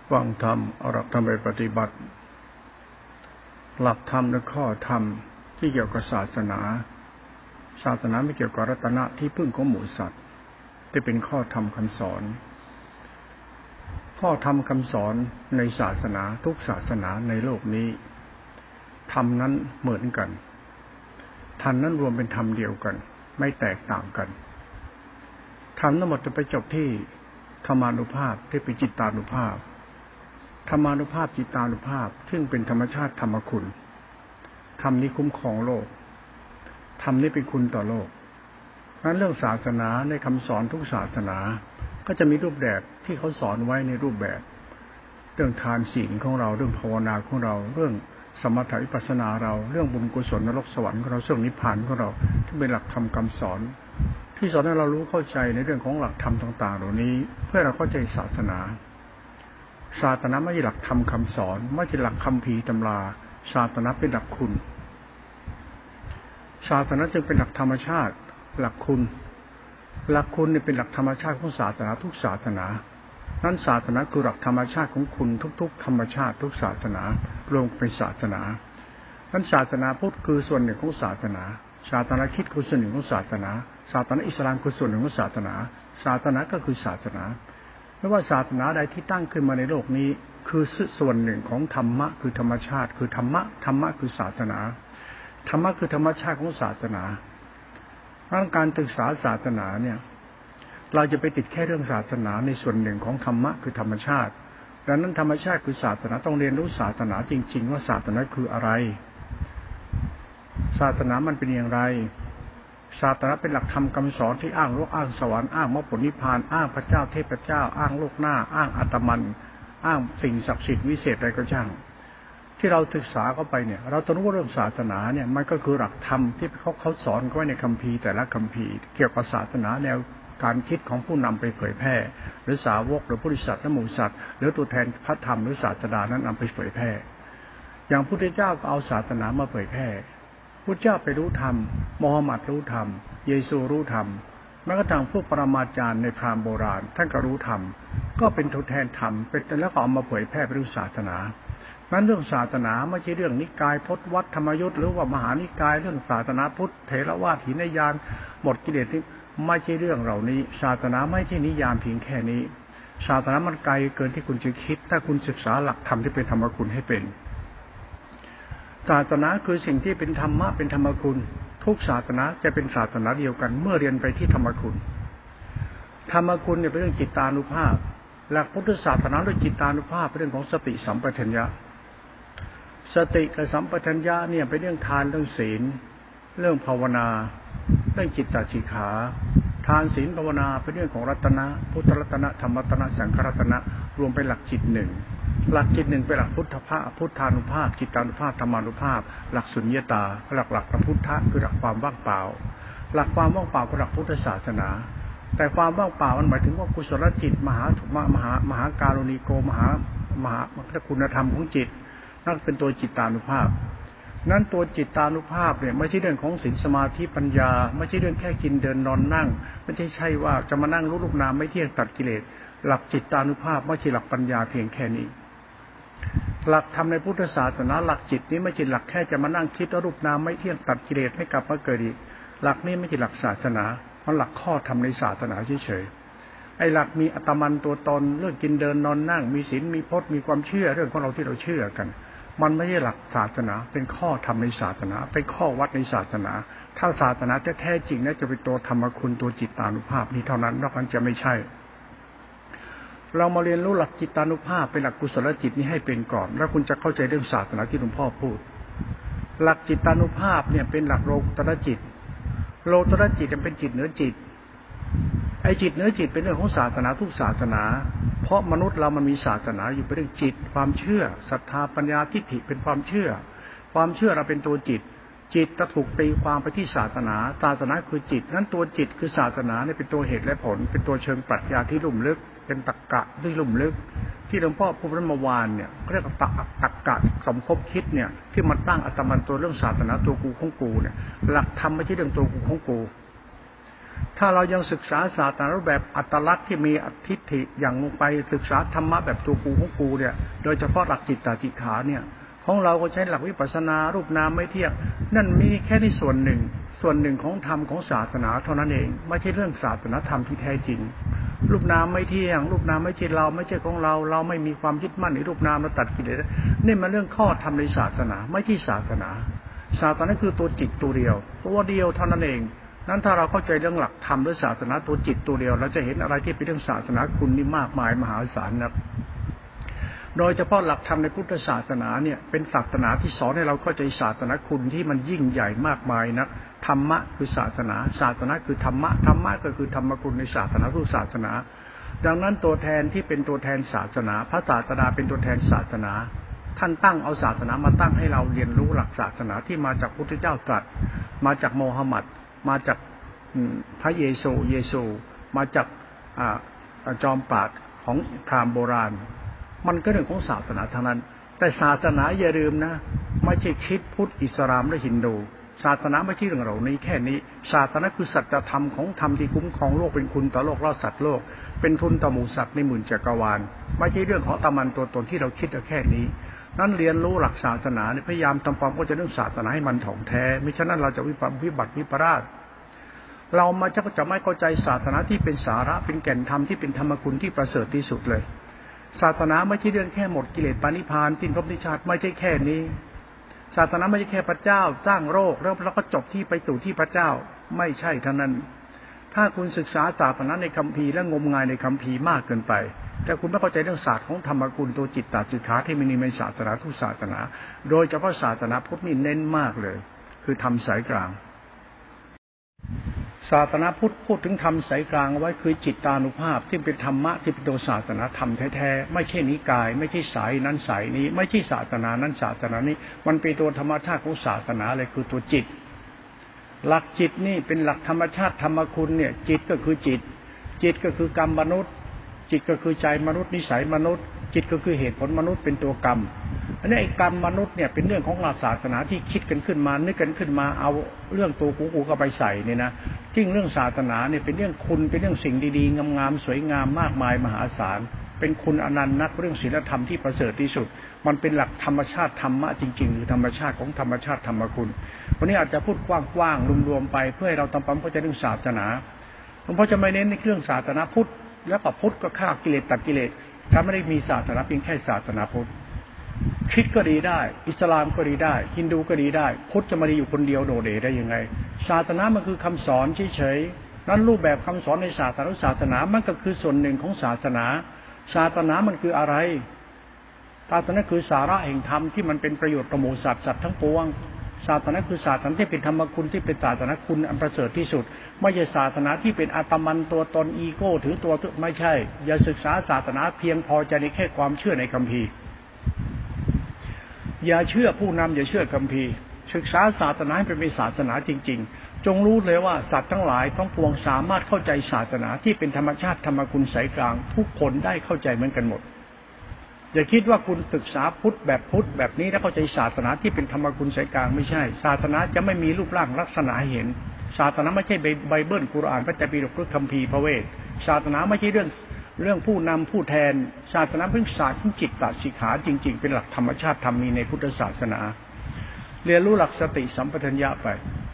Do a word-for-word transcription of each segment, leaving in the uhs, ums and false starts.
ฟังธรรมเอาหลักธรรมไปปฏิบัติหลักธรรมและข้อธรรมที่เกี่ยวกับศาสนาศาสนาไม่เกี่ยวกับรัตนะที่พึ่งของหมู่สัตว์ที่เป็นข้อธรรมคำสอนข้อธรรมคำสอนในศาสนาทุกศาสนาในโลกนี้ธรรมนั้นเหมือนกันธรรมนั้นรวมเป็นธรรมเดียวกันไม่แตกต่างกันธรรมทั้งหมดจะไปจบที่ธรรมานุภาพที่เป็นจิตตานุภาพธรรมานุภาพจิตตานุภาพซึ่งเป็นธรรมชาติธรรมคุณธรรมนี้คุ้มครองโลกธรรมนี้เป็นคุณต่อโลกนั้นเรื่องศาสนาในคำสอนทุกศาสนาก็จะมีรูปแบบที่เขาสอนไว้ในรูปแบบเรื่องทานศีลของเราเรื่องภาวนาของเราเรื่องสมถะวิปัสสนาเราเรื่องบุญกุศลนรกสวรรค์ของเราเรื่องนิพพานของเราที่เป็นหลักธรรมคำสอนที่สอนให้เรารู้เข้าใจในเรื่องของหลักธรรมต่างๆเหล่านี้เพื่อเราเข้าใจศาสนาศาสนาไม่ใช่หลักธรรมคำสอนไม่ใช่หลักคัมภีร์ตำราศาสนาเป็นหลักคุณศาสนาจึงเป็นหลักธรรมชาติหลักคุณหลักคุณนี่เป็นหลักธรรมชาติของศาสนาทุกศาสนานั้นศาสนาคือหลักธรรมชาติของคุณทุกๆธรรมชาติทุกศาสนารวมเป็นศาสนานั้นศาสนาพุทธคือส่วนหนึ่งของศาสนาศาสนาคริสต์คือส่วนหนึ่งของศาสนาศาสนาอิสลามคือส่วนหนึ่งของศาสนาศาสนาก็คือศาสนาไม่ว่าศาสนาใดที่ตั้งขึ้นมาในโลกนี้คือส่วนหนึ่งของธรรมะคือธรรมชาติคือธรรมะธรรมะคือศาสนาธรรมะคือธรรมชาติของศาสนาเพราะการศึกษาศาสนาเนี่ยเราจะไปติดแค่เรื่องศาสนาในส่วนหนึ่งของธรรมะคือธรรมชาติดังนั้นธรรมชาติคือศาสนาต้องเรียนรู้ศาสนาจริงๆว่าศาสนาคืออะไรศาสนามันเป็นอย่างไรศาสนาเป็นหลักธรรมคำสอนที่อ้างโลกอ้างสวรรค์อ้างมรรคผลนิพพานอ้างพระเจ้าเทพเจ้าอ้างโลกหน้าอ้างอาตมันอ้างสิ่งศักดิ์สิทธิ์วิเศษอะไรก็ช่างที่เราศึกษาเข้าไปเนี่ยเราต้องรู้ว่าเรื่องศาสนาเนี่ยมันก็คือหลักธรรมที่เขาเขาสอนไว้ในคัมภีร์แต่ละคัมภีร์เกี่ยวกับศาสนาแนวการคิดของผู้นำไปเผยแพร่หรือสาวกหรือผู้ริษัทและหมู่สัตว์หรือตัวแทนพระธรรมหรือศาสดานั้นนำไปเผยแพร่อย่างพระพุทธเจ้าก็เอาศาสนามาเผยแพร่พุทธเจ้าไปรู้ธรรมมูฮัมหมัดรู้ธรรมเยซูรู้ธรรมแม้กระทั่งพวกปรมาจารย์ในพราหมณ์โบราณท่านก็รู้ธรรมก็เป็นตัวแทนธรรมเป็นแล้วก็เอามาเผยแพร่เป็นศาสนานั้นเรื่องศาสนาไม่ใช่เรื่องนิกายพจน์วัดธรรมยุทธ์หรือว่ามหานิกายเรื่องศาสนาพุทธเถรวาทหินยานหมดกิเลสที่ไม่ใช่เรื่องเหล่านี้ศาสนาไม่ใช่นิยามเพียงแค่นี้ศาสนามันไกลเกินที่คุณจะคิดถ้าคุณศึกษาหลักธรรมที่เป็นธรรมคุณให้เป็นศาสนาคือสิ่งที่เป็นธรรมะเป็นธรรมคุณทุกศาสนาจะเป็นศาสนาเดียวกันเมื่อเรียนไปที่ธรรมคุณธรรมคุณเนี่ยเป็นเรื่องจิตตานุภาพหลักพุทธศาสนาด้วยจิตตานุภาพเป็นเรื่องของสติสัมปชัญญะสติกับสัมปชัญญะเนี่ยเป็นเรื่องทานเรื่องศีลเรื่องภาวนาเรื่องจิตตสิกขาทานศีลภาวนาเป็นเรื่องของรัตนะพุทธรัตนะธรรมรัตนะสังฆรัตนะรวมเป็นหลักจิตหนึ่งหลักจิตหนึ่งเป็นหลักพุทธภาพพุทธานุภาพจิตตานุภาพธรรมานุภาพหลักสุญญตาหลักหลักพระพุทธะคือหลักความว่างเปล่าหลักความว่างเปล่าคือหลักพุทธศาสนาแต่ความว่างเปล่ามันหมายถึงว่ากุศลจิตมหาถุมมหามหาการุณิโกมหามหาคุณธรรมของจิตนั่นเป็นตัวจิตตานุภาพนั้นตัวจิตตานุภาพเนี่ยไม่ใช่เรื่องของศีลสมาธิปัญญาไม่ใช่เรื่องแค่กินเดินนอนนั่งไม่ใช่ใช่ว่าจะมานั่งรู้รูปนามไม่เที่ยงตัดกิเลสหลักจิตตานุภาพไม่ใช่หลักปัญญาเพียงแค่นี้หลักธรรมในพุทธศาสนาหลักจิตนี้ไม่ใช่หลักแค่จะมานั่งคิดว่ารูปนามไม่เที่ยงตัดกิเลสไม่กลับมาเกิดอีกหลักนี้ไม่ใช่หลักศาสนามันหลักข้อธรรมในศาสนาเฉยๆไอ้หลักมีอัตมันตัวตนเรื่องกินเดินนอนนั่งมีศีลมีพจน์มีความเชื่อเรื่องของเราที่เราเชื่อกันมันไม่ใช่หลักศาสนาเป็นข้อธรรมในศาสนาเป็นข้อวัดในศาสนาถ้าศาสนาแท้ๆจริงน่าจะเป็นตัวธรรมคุณตัวจิตตานุภาพนี้เท่านั้นนอกนั้นจะไม่ใช่เรามาเรียนรู้หลักจิตตานุภาพเป็นหลักกุศลจิตนี้ให้เป็นก่อนแล้วคุณจะเข้าใจเรื่องศาสนาที่หลวงพ่อพูดหลักจิตตานุภาพเนี่ยเป็นหลักโลกุตตรจิตโลกุตตรจิตเป็นจิตเหนือจิตไอ้จิตเหนือจิตเป็นเรื่องของศาสนาทุกศาสนาเพราะมนุษย์เรามันมีศาสนาอยู่เป็นเรื่องจิตความเชื่อศรัทธาปัญญาทิฏฐิเป็นความเชื่อความเชื่อเราเป็นตัวจิตจิตจะถูกตีความไปที่ศาสนาศาสนาคือจิตนั้นตัวจิตคือศาสนาเนี่ยเป็นตัวเหตุและผลเป็นตัวเชิงปรัชญาที่ลุ่มลึกเป็นตรรกะที่ลุ่มลึกที่หลวงพ่อพูดเมื่อวานเนี่ยเรียกว่าตรรกะสมคบคิดเนี่ยที่มันตั้งอัตมันตัวเรื่องศาสนาตัวกูของกูเนี่ยหลักธรรมไม่ใช่เรื่องตัวกูของกูถ้าเรายังศึกษาศาสตร์รูปแบบอัตลักษณ์ที่มีทิฏฐิอย่างลงไปศึกษาธรรมะแบบตัวกูของกูเนี่ยโดยเฉพาะหลักจิตตจิตขาเนี่ยของเราก็ใช้หลักวิปัสสนารูปนามไม่เที่ยงนั่นมีแค่ที่ส่วนหนึ่งส่วนหนึ่งของธรรมของศาสนาเท่านั้นเองไม่ใช่เรื่องศาสนาธรรมที่แท้จริงรูปนามไม่เที่ยงรูปนามไม่ใช่เราไม่ใช่ของเราเราไม่มีความยึดมั่นในรูปนามเราตัดกิเลสนี่มันเรื่องข้อธรรมในศาสนาไม่ใช่ศาสนาศาสนาคือตัวจิตตัวเดียวตัวเดียวเท่านั้นเองนั้นถ้าเราเข้าใจเรื่องหลักธรรมหรือศาสนาตัวจิตตัวเดียวเราจะเห็นอะไรที่เป็นเรื่องศาสนาคุณนี่มากมายมหาศาลนะโดยเฉพาะหลักธรรมในพุทธศาสนาเนี่ยเป็นศาสนาที่สอนให้เราเข้าใจศาสนาคุณที่มันยิ่งใหญ่มากมายนะธรรมะคือศาสนาศาสนาคือธรรมะธรรมะก็คือธรรมคุณในศาสนาทุกศาสนาดังนั้นตัวแทนที่เป็นตัวแทนศาสนาพระศาสดาเป็นตัวแทนศาสนาท่านตั้งเอาศาสนามาตั้งให้เราเรียนรู้หลักศาสนาที่มาจากพุทธเจ้าตรัสมาจากโมฮัมหมัดมาจากพระเยซูเยซูมาจากจอมปราชญ์ของพราหมณ์โบราณมันก็เรื่องของศาสนาทั้งนั้นแต่ศาสนาอย่าลืมนะไม่ใช่คริสต์พุทธอิสลามและฮินดูศาสนาไม่ใช่เรื่องเหล่านี้แค่นี้ศาสนาคือสัจธรรมของธรรมที่คุ้มครองโลกเป็นคุณต่อโลกรอดสัตว์โลกเป็นทุนต่อหมู่สัตว์ในหมื่นจักรวาลไม่ใช่เรื่องของตะมันตัวตนที่เราคิดแค่นี้นั้นเรียนรู้หลักศาสนาพยายามทำความเข้าใจเรื่องศาสนาให้มันถ่องแท้มิฉะนั้นเราจะวิบัติวิบัติวิปราชเรามาจะจะไม่เข้าใจศาสนาที่เป็นสาระเป็นแก่นธรรมที่เป็นธรรมคุณที่ประเสริฐที่สุดเลยศาสนาไม่ใช่เรื่องแค่หมดกิเลสปานิพานสิ้นภพนิชาติไม่ใช่แค่นี้ศาสนาไม่ใช่แค่พระเจ้าสร้างโลกแล้วเราก็จบที่ไปสู่ที่พระเจ้าไม่ใช่เท่านั้นถ้าคุณศึกษาศาสนาในคัมภีร์และงมงายในคัมภีร์มากเกินไปแต่คุณไม่เข้าใจเรื่องศาสตร์ของธรรมคุณตัวจิตตสิกขาที่มีในศาสนาทุกศาสนาโดยเฉพาะศาสนาพุทธนี่เน้นมากเลยคือธรรมสายกลางศาสนาพุทธพูดถึงธรรมสายกลางไว้คือจิตตานุภาพที่เป็นธรรมะที่เป็นตัวศาสนาธรรมแท้ๆไม่ใช่นิกายไม่ใช่สายนั้นสายนี้ไม่ใช่ศาสนานั้นศาสนานี้มันเป็นตัวธรรมชาติของศาสนาเลยคือตัวจิตหลักจิตนี่เป็นหลักธรรมชาติธรรมคุณเนี่ยจิตก็คือจิตจิตก็คือกรรมมนุษย์จิตก็คือใจมนุษย์นิสัยมนุษย์จิตก็คือเหตุผลมนุษย์เป็นตัวกรรมอันนี้ไอ้กรรมมนุษย์เนี่ยเป็นเรื่องของหลักศาสนาที่คิดกันขึ้นมานึกกันขึ้นมาเอาเรื่องตัวกูกูเข้าไปใส่เนี่ยนะจริงเรื่องศาสนาเนี่ยเป็นเรื่องคุณเป็นเรื่องสิ่งดีๆงามๆสวยงามมากมายมหาศาลเป็นคุณอนันต์นักเรื่องศีลธรรมที่ประเสริฐที่สุดมันเป็นหลักธรรมชาติธรรมะจริงๆหรือธรรมชาติของธรรมชาติธรรมคุณวันนี้อาจจะพูดกว้างๆรวมๆไปเพื่อให้เราทำความเข้าใจเรื่องศาสนาหลวงพ่อจะไม่เน้นในเรื่องศาสนาพุทธแล้วก็พุทธก็ฆ่ากิเลสตัดกิเลสถ้าไม่ได้มีศาสนาเพียงแค่ศาสนาพุทธคริสต์ก็ดีได้อิสลามก็ดีได้ฮินดูก็ดีได้พุทธจะมาดีอยู่คนเดียวโดดเด่นได้ยังไงศาสนามันคือคำสอนเฉยๆนั้นรูปแบบคำสอนในศาสนาศาสนามันก็คือส่วนหนึ่งของศาสนาศาสนามันคืออะไรศาสนาคือสาระแห่งธรรมที่มันเป็นประโยชน์ต่อหมู่สัตว์สัตว์ทั้งปวงศาสนาคือศาสนาที่เป็นธรรมคุณที่เป็นศาสนาคุณอันประเสริฐที่สุดไม่ใช่ศาสนาที่เป็นอัตมันตัวตนอีโก้ถือตัวไม่ใช่อย่าศึกษาศาสนาเพียงพอใจในแค่ความเชื่อในคัมภีร์อย่าเชื่อผู้นำอย่าเชื่อคัมภีร์ศึกษาศาสนาให้เป็นศาสนาจริงๆจงรู้เลยว่าสัตว์ทั้งหลายทั้งปวงสามารถเข้าใจศาสนาที่เป็นธรรมชาติธรรมคุณสายกลางทุกคนได้เข้าใจเหมือนกันหมดอย่าคิดว่าคุณศึกษาพุทธแบบพุทธแบบนี้แล้วเข้าใจศาสนาที่เป็นธรรมคุณสายกลางไม่ใช่ศาสนาจะไม่มีรูปร่างลักษณะให้เห็นศาสนาไม่ใช่ไบเบิลกุรอานพระไตรปิฎกหรือคัมภีร์พระเวทศาสนาไม่ใช่เรื่องเรื่องผู้นำผู้แทนศาสนาเป็นศาสตร์ของจิตตสิกขาจริงๆเป็นหลักธรรมชาติธรรมมีในพุทธศาสนาเรียนรู้หลักสติสัมปชัญญะไป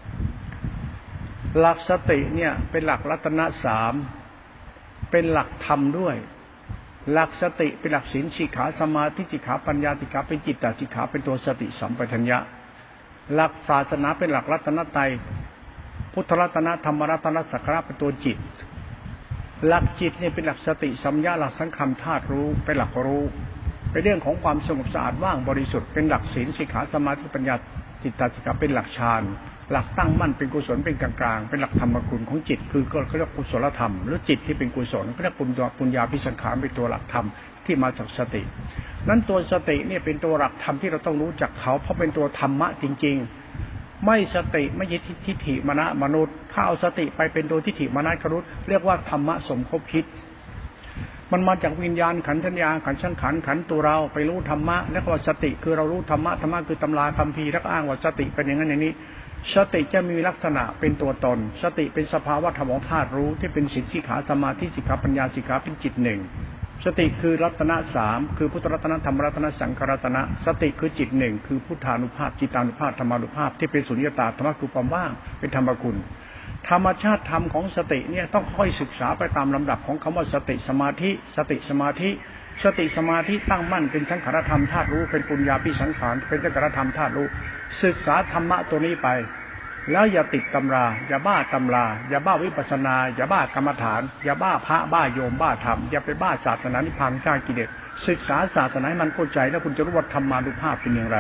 หลักสติเนี่ยเป็นหลักรัตนะสามเป็นหลักธรรมด้วยหลักสติเป็นหลักศีลสิกขาสมาธิสิกขาปัญญาสิกขาเป็นจิตตสิกขาเป็นตัวสติสัมปชัญญะหลักศาสนาเป็นหลักรัตนตรัยพุทธรัตนะธรรมรัตนะสังขารเป็นตัวจิตหลักจิตเนี่ยเป็นหลักสติสัมยาหลักสังขารธาตุรู้เป็นหลักรู้เป็นเรื่องของความสงบสะอาดว่างบริสุทธิ์เป็นหลักศีลสิกขาสมาธิปัญญาจิตตสิกขาเป็นหลักฌานหลักตั้งมั่นเป็นกุศลเป็นกลางๆเป็นหลักธรรมคุณของจิตคือก็เรียกกุศลธรรมหรือจิตที่เป็นกุศลก็เรียกปุญญาปุญญาภิสังขารเป็นตัวหลักธรรมที่มาจากสตินั้นตัวสติเนี่ยเป็นตัวหลักธรรมที่เราต้องรู้จักเขาเพราะเป็นตัวธรรมะจริงๆไม่สติไม่ใช่ทิฏฐิมนะมนุษย์ถ้าเอาสติไปเป็นตัวทิฏฐิมนะครุฑเรียกว่าธรรมะสมคบคิดมันมาจากวิญญาณขันธ์ทัญญาขันธ์สังขารขันธ์ตัวเราไปรู้ธรรมะแล้วก็สติคือเรารู้ธรรมะธรรมะคือตำราคัมภีร์แล้วอ้างว่าสติเป็นอย่างนั้นอย่างนี้สติจะมีลักษณะเป็นตัวตนสติเป็นสภาวะธรรมของธาตุรู้ที่เป็นสิทธิขาสมาธิสิกขาปัญญาสิกขาเป็นจิตหนึ่งสติคือรัตนะสามคือพุทธรัตนะธรรมรัตนะสังขรัตนะสติคือจิตหนึ่งคือพุทธานุภาพจิตานุภาพธรรมานุภาพที่เป็นสุญญตาธรรมะคือความว่างเป็นธรรมคุณธรรมชาติธรรมของสติเนี่ยต้องค่อยศึกษาไปตามลำดับของคำว่าสติสมาธิสติสมาธิสติสมาธิตั้งมั่นเป็นสังขารธรรมธาตุรู้เป็นปุญญาภิสังขารเป็นสังขารธรรมธาตุรู้ศึกษาธรรมะตัวนี้ไปแล้วอย่าติดตำราอย่าบ้าตำราอย่าบ้าวิปัสสนาอย่าบ้ากรรมฐานอย่าบ้าพระบ้าโยมบ้าธรรมอย่าไปบ้าศาสนานิพพานฆ่ากิเลสศึกษาศาสนาให้มันเข้าใจแล้วคุณจะรู้ว่าธรรมานุภาพเป็นอย่างไร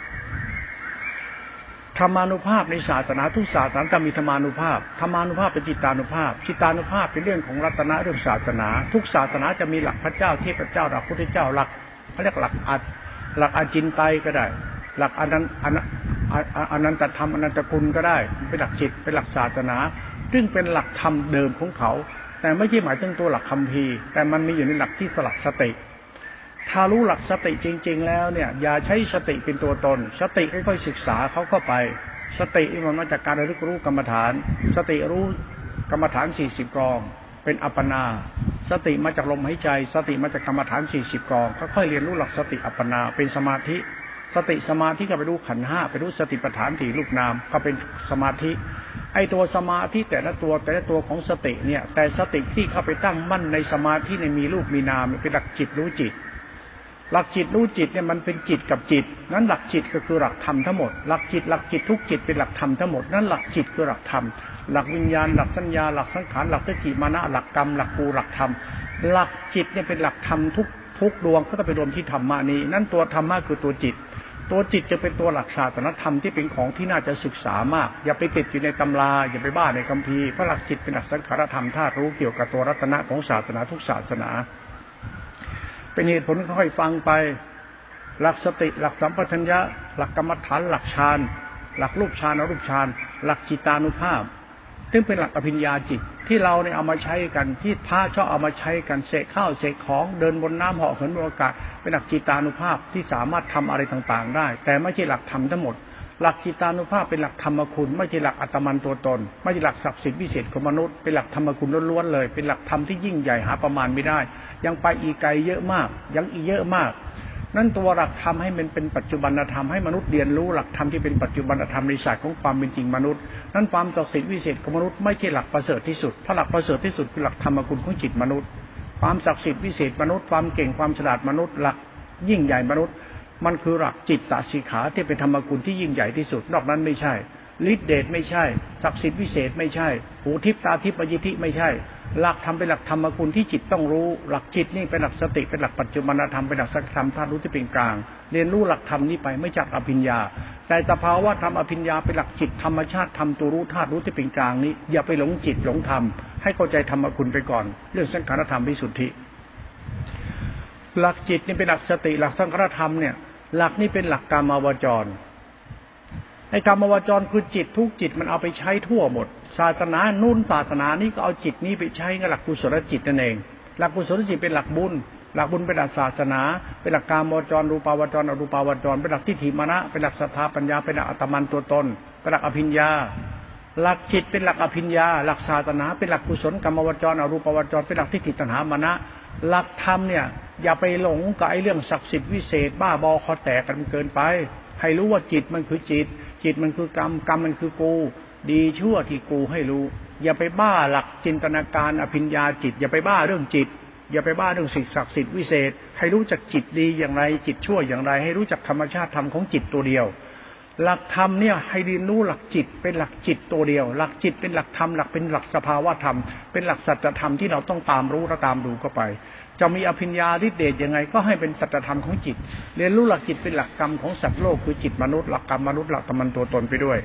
ธรรมานุภาพในศาสนาทุกศาสนาจะมีธรรมานุภาพธรรมานุภาพเป็นจิตานุภาพจิตานุภาพเป็นเรื่องของรัตนะเรื่องศาสนาทุกศาสนาจะมีหลักพระเจ้าเทพเจ้าหลักพุทธเจ้าหลักเขาเรียกหลักอัดหลักอาจินไตยก็ได้หลักอนันต์อนันตธรรมอนันตกุลก็ได้เป็นหลักจิตเป็นหลักศาสนาซึ่งเป็นหลักธรรมเดิมของเขาแต่ไม่ใช่หมายถึงตัวหลักคัมภีร์แต่มันมีอยู่ในหลักที่สลักสติถ้ารู้หลักสติจริงๆแล้วเนี่ยอย่าใช้สติเป็นตัวตนสติค่อยๆศึกษาเขาเข้าไปสติมันมาจากการระลึกรู้กรรมฐานสติรู้กรรมฐานสี่สิบกองเป็นอัปปนาสติมาจากลมหายใจสติมาจากกรรมฐานสี่สิบกองค่อยๆเรียนรู้หลักสติอัปปนาเป็นสมาธิสติสมาธิก็ไปรู้ขันธ์ห้าไปรู้สติปัฏฐานสี่รูปนามก็เป็นสมาธิไอ้ตัวสมาธิแต่ละตัวแต่ละตัวของสติเนี่ยแต่สติที่เข้าไปตั้งมั่นในสมาธิในมีรูปมีนามเป็นหลักจิตรู้จิตหลักจิตรู้จิตเนี่ยมันเป็นจิตกับจิตนั้นหลักจิตก็คือหลักธรรมทั้งหมดหลักจิตหลักจิตทุกจิตเป็นหลักธรรมทั้งหมดนั้นหลักจิตคือหลักธรรมหลักวิญญาณหลักสัญญาหลักสังขารหลักทิฏฐิมานะหลักกรรมหลักกูหลักธรรมหลักจิตเนี่ยเป็นหลักธรรมทุกทุกดวงก็ต้องไปรวมที่ธรรมะนี้นั่นตัวธรรมะคือตัวจิตตัวจิตจะเป็นตัวหลักศาสนธรรมที่เป็นของที่น่าจะศึกษามากอย่าไปติดอยู่ในตำราอย่าไปบ้าในคัมภีร์เพราะหลักจิตเป็นหลักสังขารธรรมธาตุรู้เกี่ยวกับตัวรัตนะของศาสนาทุกศาสนาเป็นเหตุผลค่อยๆฟังไปหลักสติหลักสัมปชัญญะหลักกรรมฐานหลักฌานหลักรูปฌานอรูปฌานหลักจิตานุภาพซึ่งเป็นหลักอภิญญาจิตที่เราเนี่ยเอามาใช้กันที่พระชอบเอามาใช้กันเสกข้าวเสกของเดินบนน้ำเหาะเหินบนอากาศเป็นหลักจิตานุภาพที่สามารถทำอะไรต่างๆได้แต่ไม่ใช่หลักธรรมทั้งหมดหลักจิตานุภาพเป็นหลักธรรมคุณไม่ใช่หลักอัตมันตัวตนไม่ใช่หลักศักดิ์สิทธิ์วิเศษของมนุษย์เป็นหลักธรรมคุณล้วนๆเลยเป็นหลักธรรมที่ยิ่งใหญ่หาประมาณไม่ได้ยังไปอีกไกลเยอะมากยังอีกเยอะมากนั่นตัวหลักธรรมให้มันเป็นปัจจุบันธรรมให้มนุษย์เรียนรู้หลักธรรมที่เป็นปัจจุบันธรรมในศาสตร์ของความเป็นจริงมนุษย์นั่นความศักดิ์สิทธิ์วิเศษของมนุษย์ไม่ใช่หลักประเสริฐที่สุดเพราะหลักประเสริฐที่สุดคือหลักธรรมคุณของจิตมนุษย์ความศักดิ์สิทธิ์วิเศษมนุษย์ความเก่งความฉลาดมนุษย์หลักยิ่งใหญ่มนุษย์มันคือหลักจิตตสิกขาที่เป็นธรรมคุณที่ยิ่งใหญ่ที่สุดนอกนั้นไม่ใช่ฤทธิเดชไม่ใช่ศักดิ์สิทธิ์วิเศษไม่ใช่หูทิพตาทิพอยิธิไม่ใช่หลักธรรมเป็นหลักธรรมคุณที่จิตต้องรู้หลักจิตนี่เป็นหลักสติเป็นหลักปัจจุบันธรรมเป็นหลักสัจธรรมธาตุรู้ที่เป็นกลางเรียนรู้หลักธรรมนี้ไปไม่จากอภิญญาแต่สภาวะธรรมอภิญญาเป็นหลักจิตธรรมชาติธรรมตัวรู้ธาตุรู้ที่เป็นกลางนี้อย่าไปหลงจิตหลงธรรมให้เข้าใจธรรมคุณไปก่อนเรื่องสังขารธรรมวิสุทธิหลักจิตนี่เป็นหลักสติหลักสังขารธรรมเนี่ยหลักนี้เป็นหลักกามาวจรไอ้กามาวจรคือจิตทุกจิตมันเอาไปใช้ทั่วหมดศาสนานู่นศาสนานี้ก็เอาจิตนี้ไปใช้กับหลักกุศลจิตนั่นเองหลักกุศลจิตเป็นหลักบุญหลักบุญเป็นหลักศาสนาเป็นหลักกามาวจรรูปาวจรอรูปาวจรเป็นหลักทิฏฐิมานะเป็นหลักศรัทธาปัญญาเป็นหลักอัตมันตัวตนเป็นหลักอภิญญาหลักจิตเป็นหลักอภิญญาหลักศาสนาเป็นหลักกุศลกามาวจรอรูปาวจรเป็นหลักทิฏฐิตัณหามานะหลักธรรมเนี่ยอย่าไปหลงกับไอ้เรื่องศักดิ์สิทธิ์วิเศษบ้าบอคอแตกกันเกินไปให้รู้ว่าจิตมันคือจิตจิตมันคือกรรมกรรมมันคือกูดีชั่วที่กูให้รู้อย่าไปบ้าหลักจินตนาการอภิญญาจิตอย่าไปบ้าเรื่องจิตอย่าไปบ้าเรื่องสิ่งศักดิ์สิทธิ์วิเศษให้รู้จักจิตดีอย่างไรจิตชั่วอย่างไรให้รู้จักธรรมชาติธรรมของจิตตัวเดียวหลักธรรมเนี่ยให้เรียนรู้หลักจิตเป็นหลักจิตตัวเดียวหลักจิตเป็นหลักธรรมหลักเป็นหลักสภาวะธรรมเป็นหลักสัจธรรมที่เราต้องตามรู้และตามดูเข้าไปจะมีอภิญญาฤทธิเดชยังไงก็ให้เป็นสัจธรรมของจิตเรียนรู้หลักจิตเป็นหลักกรรมของสัตว์โลกคือจิตมนุษย์หลักกรรมมนุษย์หลักธรรมตัวตนไปด้วย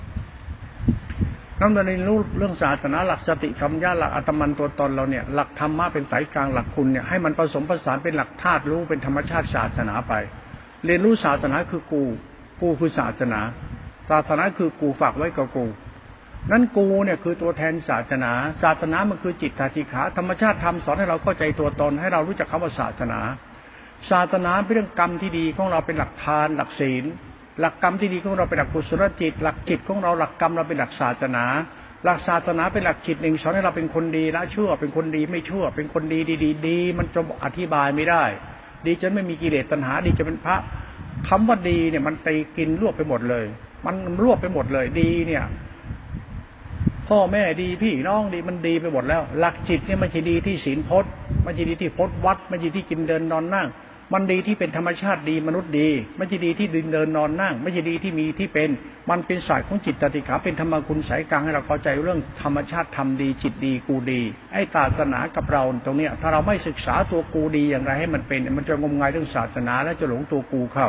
นั่นเรียนรู้เรื่องศาสนาหลักสติสัมยาหลักอัตมันตัวตนเราเนี่ยหลักธรรมะเป็นสายกลางหลักคุณเนี่ยให้มันผสมผสานเป็นหลักธาตุรู้เป็นธรรมชาติศาสนาไปเรียนรู้ศาสนาคือกูกูคือศาสนาศาสนาคือกูฝากไว้กับกูนั้นกูเนี่ยคือตัวแทนศาสนาศาสนามันคือจิตตติขาธรรมชาติธรรมสอนให้เราเข้าใจตัวตนให้เรารู้จักคำว่าศาสนาศาสนาเป็นเรื่องกรรมที่ดีของเราเป็นหลักทานหลักศีลหลักกรรมที่ดีของเราเป็นหลักกุศลจิตหลักจิตของเราหลักกรรมเราเป็นหลักศาสนาหลักศาสนาเป็นหลักจิตหนึ่งสอนให้เราเป็นคนดีละชั่วเป็นคนดีไม่ชั่วเป็นคนดีดีดีมันจะอธิบายไม่ได้ดีจนไม่มีกิเลสตัณหาดีจนเป็นพระคำว่าดีเนี่ยมันตีกินรวบไปหมดเลยมันรวบไปหมดเลยดีเนี่ยพ่อแม่ดีพี่น้องดีมันดีไปหมดแล้วหลักจิตเนี่ยมันจะดีที่ศีลพจน์มันจะดีที่พจน์วัดมันจะดีที่กินเดินนอนนั่งมันดีที่เป็นธรรมชาติดีมนุษย์ดีไม่ใช่ดีที่ดินเดินนอนนั่งไม่ใช่ดีที่มีที่เป็นมันเป็นศาสตร์ของจิตตติขาเป็นธรรมคุณสายกลางให้เราเข้าใจเรื่องธรรมชาติธรรมดีจิตดีกูดีไอ้ศาสนากับเราตรงเนี้ยถ้าเราไม่ศึกษาตัวกูดีอย่างไรให้มันเป็นมันจะงมงายเรื่องศาสนาและจะหลงตัวกูเข้า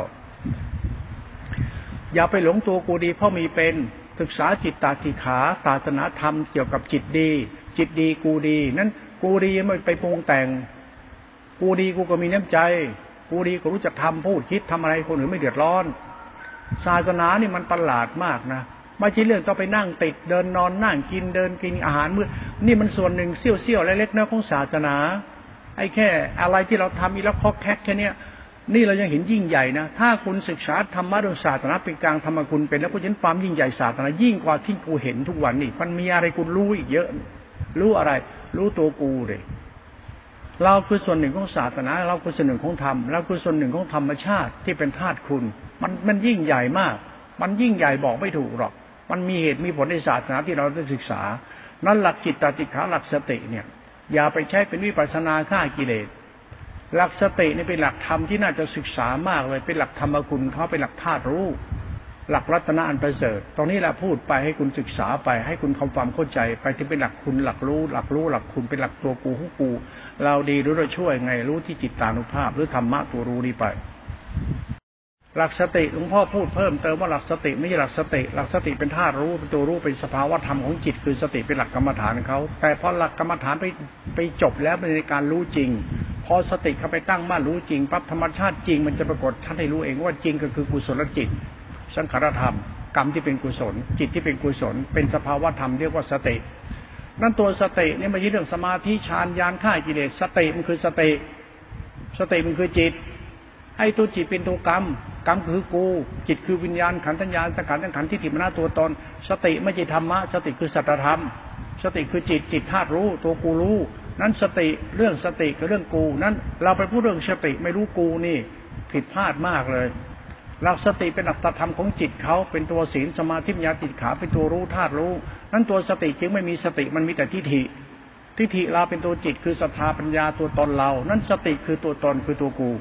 อย่าไปหลงตัวกูดีเพราะมีเป็นศึกษาจิตตติขาศาสนาธรรมเกี่ยวกับจิตดีจิตดีกูดีนั้นกูดีไม่ไปปรุงแต่งกูดีกูก็มีน้ำใจกูดีก็รู้จักทำพูดคิดทำอะไรคนอื่นไม่เดือดร้อนศาสนานี่มันประหลาดมากนะไม่ใช่เรื่องต้องไปนั่งติดเดินนอนนั่งกินเดินกินอาหารมื้อนี่มันส่วนหนึ่งเสี้ยวๆเล็กๆนะของศาสนาไอ้แค่อะไรที่เราทำอีแล้วคอกแคกแค่นี้นี่เรายังเห็นยิ่งใหญ่นะถ้าคุณศึกษาธรรมะโดยศาสนาเป็นกลางธรรมคุณเป็นแล้วคุณเห็นความยิ่งใหญ่ศาสนายิ่งกว่าที่กูเห็นทุกวันนี่มันมีอะไรคุณรู้อีกเยอะรู้อะไรรู้ตัวกูเลยเราคือส่วนหนึ่งของศาสนาเราคือส่วนหนึ่งของธรรมเราคือส่วนหนึ่งของธรรมชาติที่เป็นธาตุคุณมันมันยิ่งใหญ่มากมันยิ่งใหญ่บอกไม่ถูกหรอกมันมีเหตุมีผลในศาสนาที่เราได้ศึกษานั้นหลักจิตตติขาหลักสติเนี่ยอย่าไปใช้เป็นวิปัสสนาฆ่ากิเลสหลักสตินี่เป็นหลักธรรมที่น่าจะศึกษามากเลยเป็นหลักธรรมคุณเขาเป็นหลักธาตุรู้หลักรัตนะอันประเสริฐตรงนี้แหละพูดไปให้คุณศึกษาไปให้คุณความความเข้าใจไปที่เป็นหลักคุณหลักรู้หลักรู้หลักคุณเป็นหลักตัวกูของกูเราดีหรือเราช่วยไงรู้ที่จิตตานุภาพหรือธรรมะตัวรู้นี้ไปหลักสติหลวงพ่อพูดเพิ่มเติมว่าหลักสติไม่ใช่หลักสติหลักสติเป็นธาตุรู้เป็นตัวรู้เป็นสภาวะธรรมของจิตคือสติเป็นหลักกรรมฐานเขาแต่พอหลักกรรมฐานไปไปจบแล้วในการรู้จริงพอสติเข้าไปตั้งมั่นรู้จริงปั๊บธรรมชาติจริงมันจะปรากฏท่านให้รู้เองว่าจริงก็คือกุศลจิตสังขารธรรมกรรมที่เป็นกุศลจิตที่เป็นกุศลเป็นสภาวะธรรมเรียกว่าสตินั่นตัวสติเนี่ยไม่ใช่เรื่องสมาธิฌานญาณฆ่ากิเลสสติมันคือสติสติมันคือจิตไอ้ตัวจิตเป็นตัวกรรมกรรมคือกูจิตคือวิญญาณขันธ์ทัญญาณสังขารทั้งขันธ์ที่ทิมนาตัวตนสติไม่ใช่ธรรมะสติคือสัจธรรมสติคือจิตจิตธาตุรู้ตัวกูรู้นั้นสติเรื่องสติกับเรื่องกูนั้นเราไปพูดเรื่องสติไม่รู้กูนี่ผิดพลาดมากเลยหลักสติเป็นหลักธรรมของจิตเขาเป็นตัวศีลสมาธิปัญญาติดขาเป็นตัวรู้ธาตุรู้นั้นตัวสติจึงไม่มีสติมันมีแต่ทิฏฐิทิฏฐิเราเป็นตัวจิตคือศรัทธาปัญญาตัวตนเรานั้นสติคือตัวตนคือตัวกู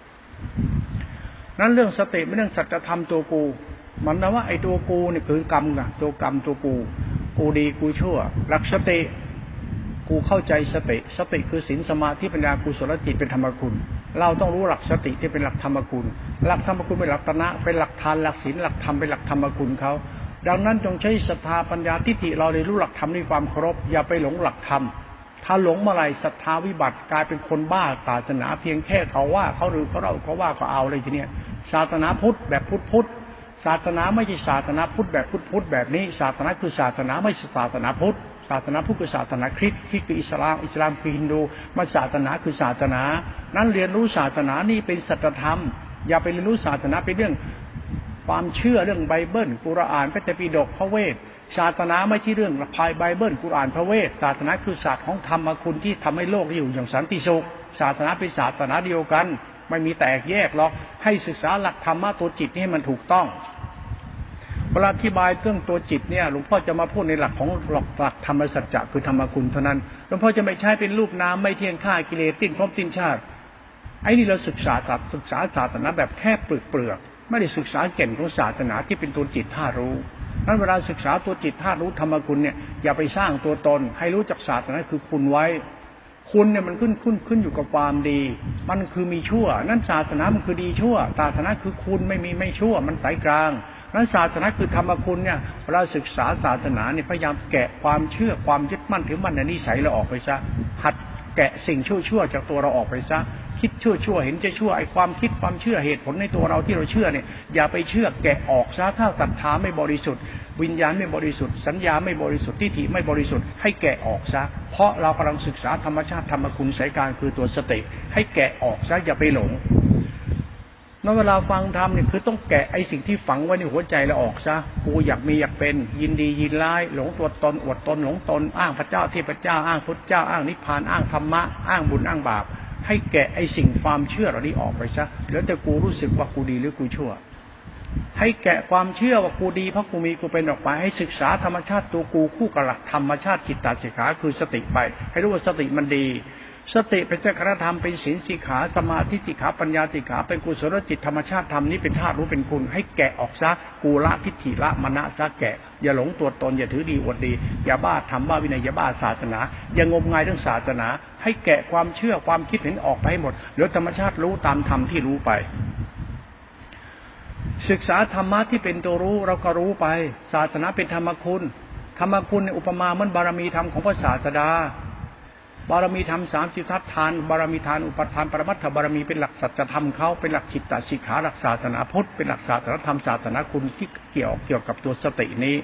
นั้นเรื่องสติไม่เรื่องสัจธรรมตัวกูมันนะว่าไอ้ตัวกูนี่คือกรรมนะตัวกรรมตัวกูกูดีกูชั่วหลักสติกูเข้าใจสติสติคือศีลสมาธิปัญญากุศลจิตเป็นธรรมคุณเราต้องรู้หลักสติที่เป็นหลักธรรมคุณหลักธรรมคุณเป็นหลักตนะเป็นหลักทานหลักศีลหลักธรรมเป็นหลักธรรมคุณเขาดังนั้นจงใช้ศรัทธาปัญญาทิฏฐิเราได้รู้หลักธรรมด้วยความเคารพอย่าไปหลงหลักธรรมถ้าหลงเมื่อไรศรัทธาวิบัติกลายเป็นคนบ้าศาสนาเพียงแค่เขาว่าเขาหรือเขาเราเขาว่าเขาเอาเลยทีเนี้ยศาสนาพุทธแบบพุทธพุทธศาสนาไม่ใช่ศาสนาพุทธแบบพุทธพุทธแบบนี้ศาสนาคือศาสนาไม่ใช่ศาสนาพุทธศาสนาพุทธคือศาสนาคริสต์คริสต์คืออิสลามอิสลามคือฮินดูมันศาสนาคือศาสนานั้นเรียนรู้ศาสนานี่เป็นสัจธรรมอย่าไปเรียนรู้ศาสนาเป็นเรื่องความเชื่อเรื่องไบเบิลกุรอานพระไตรปิฎกพระเวทศาสนาไม่ใช่เรื่องพายไบเบิลกุรอานพระเวทศาสนาคือศาสตร์ของธรรมคุณที่ทำให้โลกอยู่อย่างสันติสุขศาสนาเป็นศาสนาเดียวกันไม่มีแตกแยกหรอกให้ศึกษาหลักธรรมะตัวจิตให้มันถูกต้องเวลาอธิบายเรื่องตัวจิตเนี่ยหลวงพ่อจะมาพูดในหลักของหลักหลักธรรมสัจจะคือธรรมคุณเท่านั้นหลวงพ่อจะไม่ใช้เป็นรูปนามไม่เที่ยงฆ่ากิเลสติ้นพบติ้นชาติไอ้นี่เราศึกษาศาสตร์ศึกษาศาสนาแบบแค่เปลือกเปลือกไม่ได้ศึกษาแก่นของศาสนาที่เป็นตัวจิตธาตุรู้นั้นเวลาศึกษาตัวจิตธาตุรู้ธรรมคุณเนี่ยอย่าไปสร้างตัวตนให้รู้จักศาสนาคือคุณไว้คุณเนี่ยมันขึ้นขึ้นขึ้นอยู่กับความดีมันคือมีชั่วนั้นศาสนามันคือดีชั่วศาสนาคือคุณไม่มีไม่ชั่วมันสายกลางนั้นศาสนาคือธรรมคุณเนี่ยเราศึกษาศาสนาเนี่ยพยายามแกะความเชื่อความยึดมั่นถือมั่นในนิสัยเราออกไปซะหัดแกะสิ่งชั่วๆจากตัวเราออกไปซะคิดชั่วๆเห็นจะชั่วไอ้ความคิดความเชื่อเหตุผลในตัวเราที่เราเชื่อเนี่ยอย่าไปเชื่อแกะออกซะถ้าศรัทธาไม่บริสุทธิ์วิญญาณไม่บริสุทธิ์สัญญาไม่บริสุทธิ์ทิฏฐิไม่บริสุทธิ์ให้แกะออกซะเพราะเรากำลังศึกษาธรรมชาติธรรมคุณสายกลางคือตัวสติให้แกะออกซะอย่าไปหลงนั่นเวลาฟังธรรมเนี่ยคือต้องแกะไอ้สิ่งที่ฝังไว้ในหัวใจเราออกซะกูอยากมีอยากเป็นยินดียินร้ายหลงตัวตนอวดตนหลงตนอ้างพระเจ้าเทพเจ้าอ้างพุทธเจ้าอ้างนิพพานอ้างธรรมะอ้างบุญอ้างบาปให้แกะไอ้สิ่งความเชื่อเหล่านี้ออกไปซะแล้วแต่กูรู้สึกว่ากูดีหรือกูชั่วให้แกะความเชื่อว่ากูดีเพราะกูมีกูเป็นออกไปให้ศึกษาธรรมชาติตัวกูคู่กับหลักธรรมชาติจิตตสิกขาคือสติไปให้รู้ว่าสติมันดีสติเป็นเจ้าคณธรรมเป็นศีลสิกขาสมาธิสิกขาปัญญาสิกขาเป็นกุศลจิตธรรมชาติธรรมนี้เป็นธาตุรู้เป็นคุณให้แกะออกซะกูละทิฏฐิละมณะซะแกะอย่าหลงตัวตนอย่าถือดีอวดดีอย่าบ้าธรรมบ้าวินัยอย่าบ้าศาสนาอย่างงมงายเรื่องศาสนาให้แกะความเชื่อความคิดเห็นออกไปให้หมดเหลือธรรมชาติรู้ตามธรรมที่รู้ไปศึกษาธรรมะที่เป็นตัวรู้เราก็รู้ไปศาสนาเป็นธรรมคุณธรรมคุณในอุปมาเหมือนบารมีธรรมของพระศาสดาบารมีธรรมสามสิบทัศทานบารมีทานอุปทานปรมัตถบารมีเป็นหลักสัจธรรมเขาเป็นหลักจิตตสิกขาหลักศาสนาพุทธเป็นหลักศาสนธรรมศาสนาคุณที่เกี่ยวเกี่ยวกับตัวสตินี้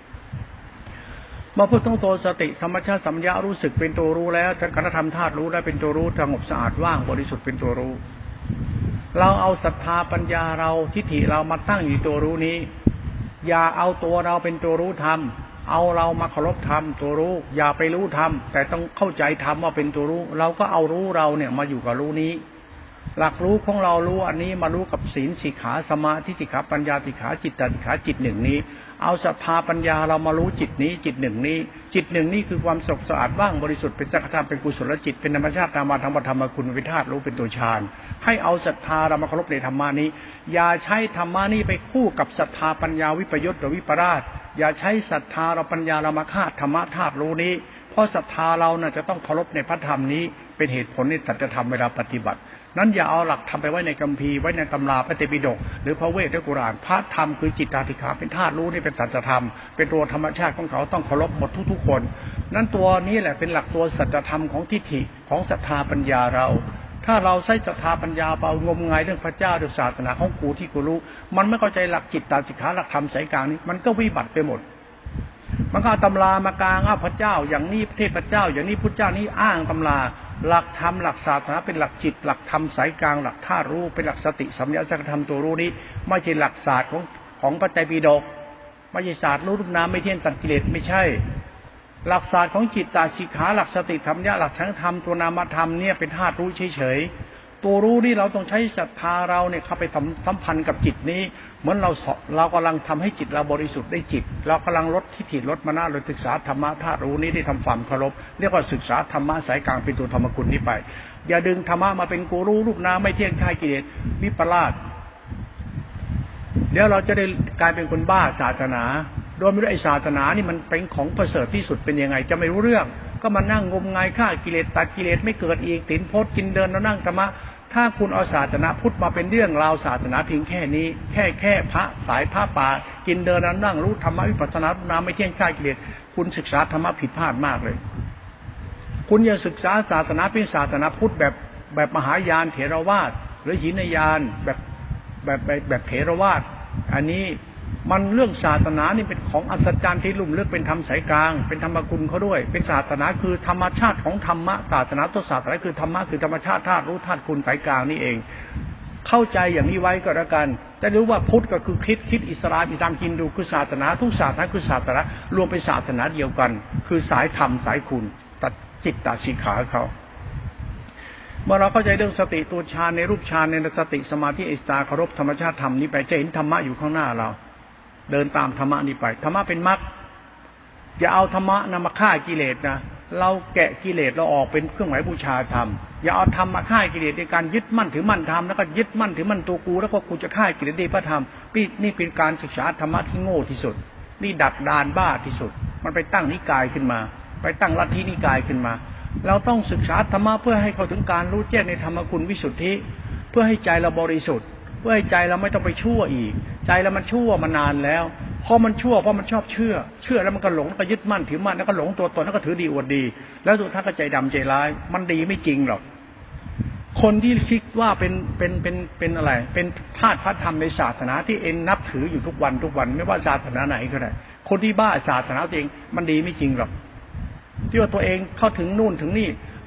มาพูดถึงตัวสติธรรมชาติสัมยารู้สึกเป็นตัวรู้แล้วทั้งคณธรรมธาตุรู้ได้เป็นตัวรู้สงบสะอาดว่างบริสุทธิ์เป็นตัวรู้เราเอาศรัทธาปัญญาเราทิฏฐิเรามาตั้งอยู่ตัวรู้นี้อย่าเอาตัวเราเป็นตัวรู้ธรรมเอาเรามาเคารพธรรมตัวรู้อย่าไปรู้ธรรมแต่ต้องเข้าใจธรรมว่าเป็นตัวรู้เราก็เอารู้เราเนี่ยมาอยู่กับรู้นี้หลักรู้ของเรารู้อันนี้มารู้กับศีลสิกขาสมาธิสิกขาปัญญาสิกขาจิตตสิกขาจิตหนึ่งนี้เอาศรัทธาปัญญาเรามารู้จิตนี้จิตหนึ่งนี้จิตหนึ่งนี้คือความสงบสะอาดว่างบริสุทธิ์เป็นจักรธรรมเป็นกุศลจิตเป็นธรรมชาติธรรมะธรรมธรรมคุณวิธาตุรู้เป็นตัวฌานให้เอาศรัทธาเรามาเคารพในธรรมานี้อย่าใช้ธรรมานี้ไปคู่กับศรัทธาปัญญาวิปยุตหรือวิปราชอย่าใช้ศรัทธาเราปัญญาเรามาฆ่าธรรมะธาตุรู้นี้เพราะศรัทธาเราน่ะจะต้องเคารพในพระธรรมนี้เป็นเหตุผลในสัจธรรมเวลาปฏิบัตินั้นอย่าเอาหลักธรรมไปไว้ในคัมภีร์ไว้ในตำราพระเตปิฎกหรือพระเวทและกุรอานพระธรรมคือจิตตสิกขาเป็นธาตุรู้นี่เป็นสัจธรรมเป็นตัวธรรมชาติของเขาต้องเคารพหมดทุกๆคนนั้นตัวนี้แหละเป็นหลักตัวสัจธรรมของทิฏฐิของศรัทธาปัญญาเราถ้าเราใช้ศรัทธาปัญญาเปล่างมงายเรื่องพระเจ้าหรือศาสนาของกูที่กูรู้มันไม่เข้าใจหลักจิตตสิกขาหลักธรรมสายกลางนี้มันก็วิบัติไปหมดมันก็ตำรามากลางอ้าวพระเจ้าอย่างนี้เทพเจ้าอย่างนี้พุทธเจ้านี้อ้างตำราหลักธรรมหลักศาสนาเป็นหลักจิตหลักธรรมสายกลางหลักธาตุรู้เป็นหลักสติสัมยาสัจธรรมตัวรู้นี้ไม่ใช่หลักศาสตร์ของของพระไตรปิฎกไม่ใช่ศาสตร์รู้รูปนามไม่เที่ยงตัดกิเลสไม่ใช่หลักศาสตร์ของจิตตสิกขาหลักสติสัมยาหลักสังธรรมตัวนามธรรมเนี่ยเป็นธาตุรู้เฉยๆตัวรู้นี่เราต้องใช้ศรัทธาเราเนี่ยเข้าไปสัมพันธ์กับจิตนี้เหมือนเราเรากำลังทำให้จิตเราบริสุทธิ์ได้จิตเรากำลังลดทิฏฐิลดมานะเราศึกษาธรรมะธาตุรู้นี้ได้ทำความเคารพเรียกว่าศึกษาธรรมะสายกลางเป็นตัวธรรมคุณนี้ไปอย่าดึงธรรมะมาเป็นกูรู้รูปนามไม่เที่ยงคลายกิเลสวิปลาสเดี๋ยวเราจะได้กลายเป็นคนบ้าศาสนาโดยไม่รู้ไอ้ศาสนานี่มันเป็นของประเสริฐที่สุดเป็นยังไงจะไม่รู้เรื่องก็มานั่งงมงายฆ่ากิเลสตัดกิเลสไม่เกิดอีกตินพจน์กินเดินแล้วนั่งธรรมะถ้าคุณเอาศาสนาพุทธมาเป็นเรื่องราวศาสนาเพียงแค่นี้แค่แค่พระสายพระป่ากินเดินแล้วนั่งรู้ธรรมะวิปัสสนาน้ำไม่เที่ยงคลายกิเลสคุณศึกษาธรรมะผิดพลาดมากเลยคุณอย่าศึกษาศาสนาเป็นศาสนาพุทธแบบแบบมหายานเถรวาทหรือหินยานแบบแบบแบบแบบเถรวาทอันนี้มันเรื่องศาสนานี่เป็นของอัศจรรย์ที่ลุ่มลึกเป็นธรรมสายกลางเป็นธรรมกุลเขาด้วยเป็นศาสนาคือธรรมชาติของธรรมะศาสนาตัวศาสนาคือธรรมะคือธรรมชาติธาตุรู้ธาตุคุณสายกลางนี่เองเข้าใจอย่างนี้ไว้ก็แล้วกันจะรู้ว่าพุทธก็คือคริสต์คริสต์อิสลามอิสลามฮินดูคือศาสนาทุกศาสนาคือศาสนารวมเป็นศาสนาเดียวกันคือสายธรรมสายคุณตัดจิตตสิกขาเขาเมื่อเราเข้าใจเรื่องสติตัวฌานในรูปฌานในสติสมาธิอิสตาเคารพธรรมชาติธรรมนี้ไปจะเห็นธรรมะอยู่ข้างหน้าเราเดินตามธรรมะนี้ไปธรรมะเป็นมรรคอย่าเอาธรรมะนำมาฆ่ากิเลสนะเราแกะกิเลสเราออกเป็นเครื่องหมายบูชาธรรมอย่าเอาธรรมมาฆ่ากิเลสในการยึดมั่นถือมั่นธรรมแล้วก็ยึดมั่นถือมั่นตัวกูแล้วก็กูจะฆ่ากิเลสในพระธรรมนี่เป็นการศึกษาธรรมะที่โง่ที่สุดนี่ดักดานบ้าที่สุดมันไปตั้งนิกายขึ้นมาไปตั้งลัทธินิกายขึ้นมาเราต้องศึกษาธรรมะเพื่อให้เข้าถึงการรู้แจ้งในธรรมคุณวิสุทธิเพื่อให้ใจเราบริสุทธิ์เพื่อให้ใจเราไม่ต้องไปชั่วอีกใจเรามันชั่วมานานแล้วพอมันชั่วเพราะมันชอบเชื่อเชื่อแล้วมันก็หลงก็ยึดมั่นถือมั่นแล้วก็หลงตัวตนแล้วก็ถือดีอวดดีแล้วสุดท้ายก็ใจดำใจร้ายมันดีไม่จริงหรอกคนที่คิดว่าเป็นเป็นเป็นเป็นอะไรเป็นธาตุพระธรรมในศาสนาที่เอ็นนับถืออยู่ทุกวันทุกวันไม่ว่าศาสนาไหนก็ได้คนที่บ้าศาสนาตัวเองมันดีไม่จริงหรอกที่ว่าตัวเองเข้าถึงนู่นถึงนี่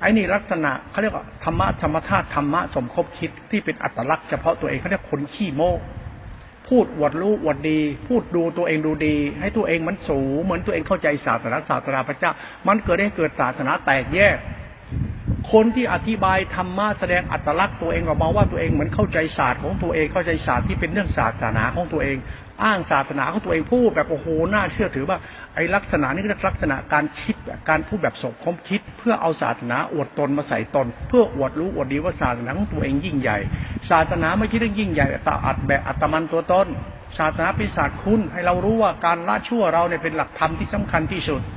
ไอ้นี่ลักษณะเขาเรียกว่าธรรมะธรรมธาตุธรรมะสมคบคิดที่เป็นอัตลักษณ์เฉพาะตัวเองเขาเรียกคนขี้โม้พูดอวดรู้อวดดีพูดดูตัวเองดูดีให้ตัวเองมันสูงเหมือนตัวเองเข้าใจศาสนาศาสนาพระเจ้ามันเกิดให้เกิดศาสนาแตกแยกคนที่อธิบายธรรมะแสดงอัตลักษณ์ตัวเองออกมาว่าตัวเองเหมือนเข้าใจศาสตร์ของตัวเองเข้าใจศาสตร์ที่เป็นเรื่องศาสนาของตัวเองอ้างศาสนาของตัวเองพูดแบบโอ้โหน่าเชื่อถือว่าไอ้ลักษณะนี้เรียกลักษณะการคิดการพูดแบบสมคบคิดเพื่อเอาศาสนาอวดตนมาใส่ตนเพื่ออวดรู้อวดดีว่าศาสนาของตัวเองยิ่งใหญ่ศาสนาไม่ใช่เรื่องยิ่งใหญ่แต่อัดแบบอัตมันตัวตนศาสนาเป็นศาสตร์คุณให้เรารู้ว่าการละชั่วเราเนี่ยเป็นหลักธรรมที่สำคัญที่สุด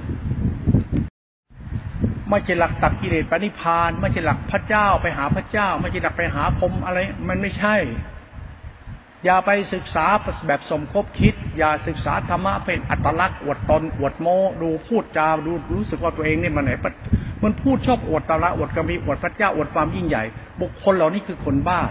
ไม่ใช่หลักตัดกิเลสปณิพานไม่ใช่หลักพระเจ้าไปหาพระเจ้าไม่ใช่หลักไปหาพรหมอะไรมันไม่ใช่อย่าไปศึกษาแบบสมคบคิดอย่าศึกษาธรรมะเป็นอัตลักษณ์อวดตนอวดโมดูพูดจาดูรู้สึกว่าตัวเองเนี่ยมันไหนมันพูดชอบอวดตะละอวดกมีอวดพระเจ้าอวดความยิ่งใหญ่บุคคลเหล่านี้คือคนบ้า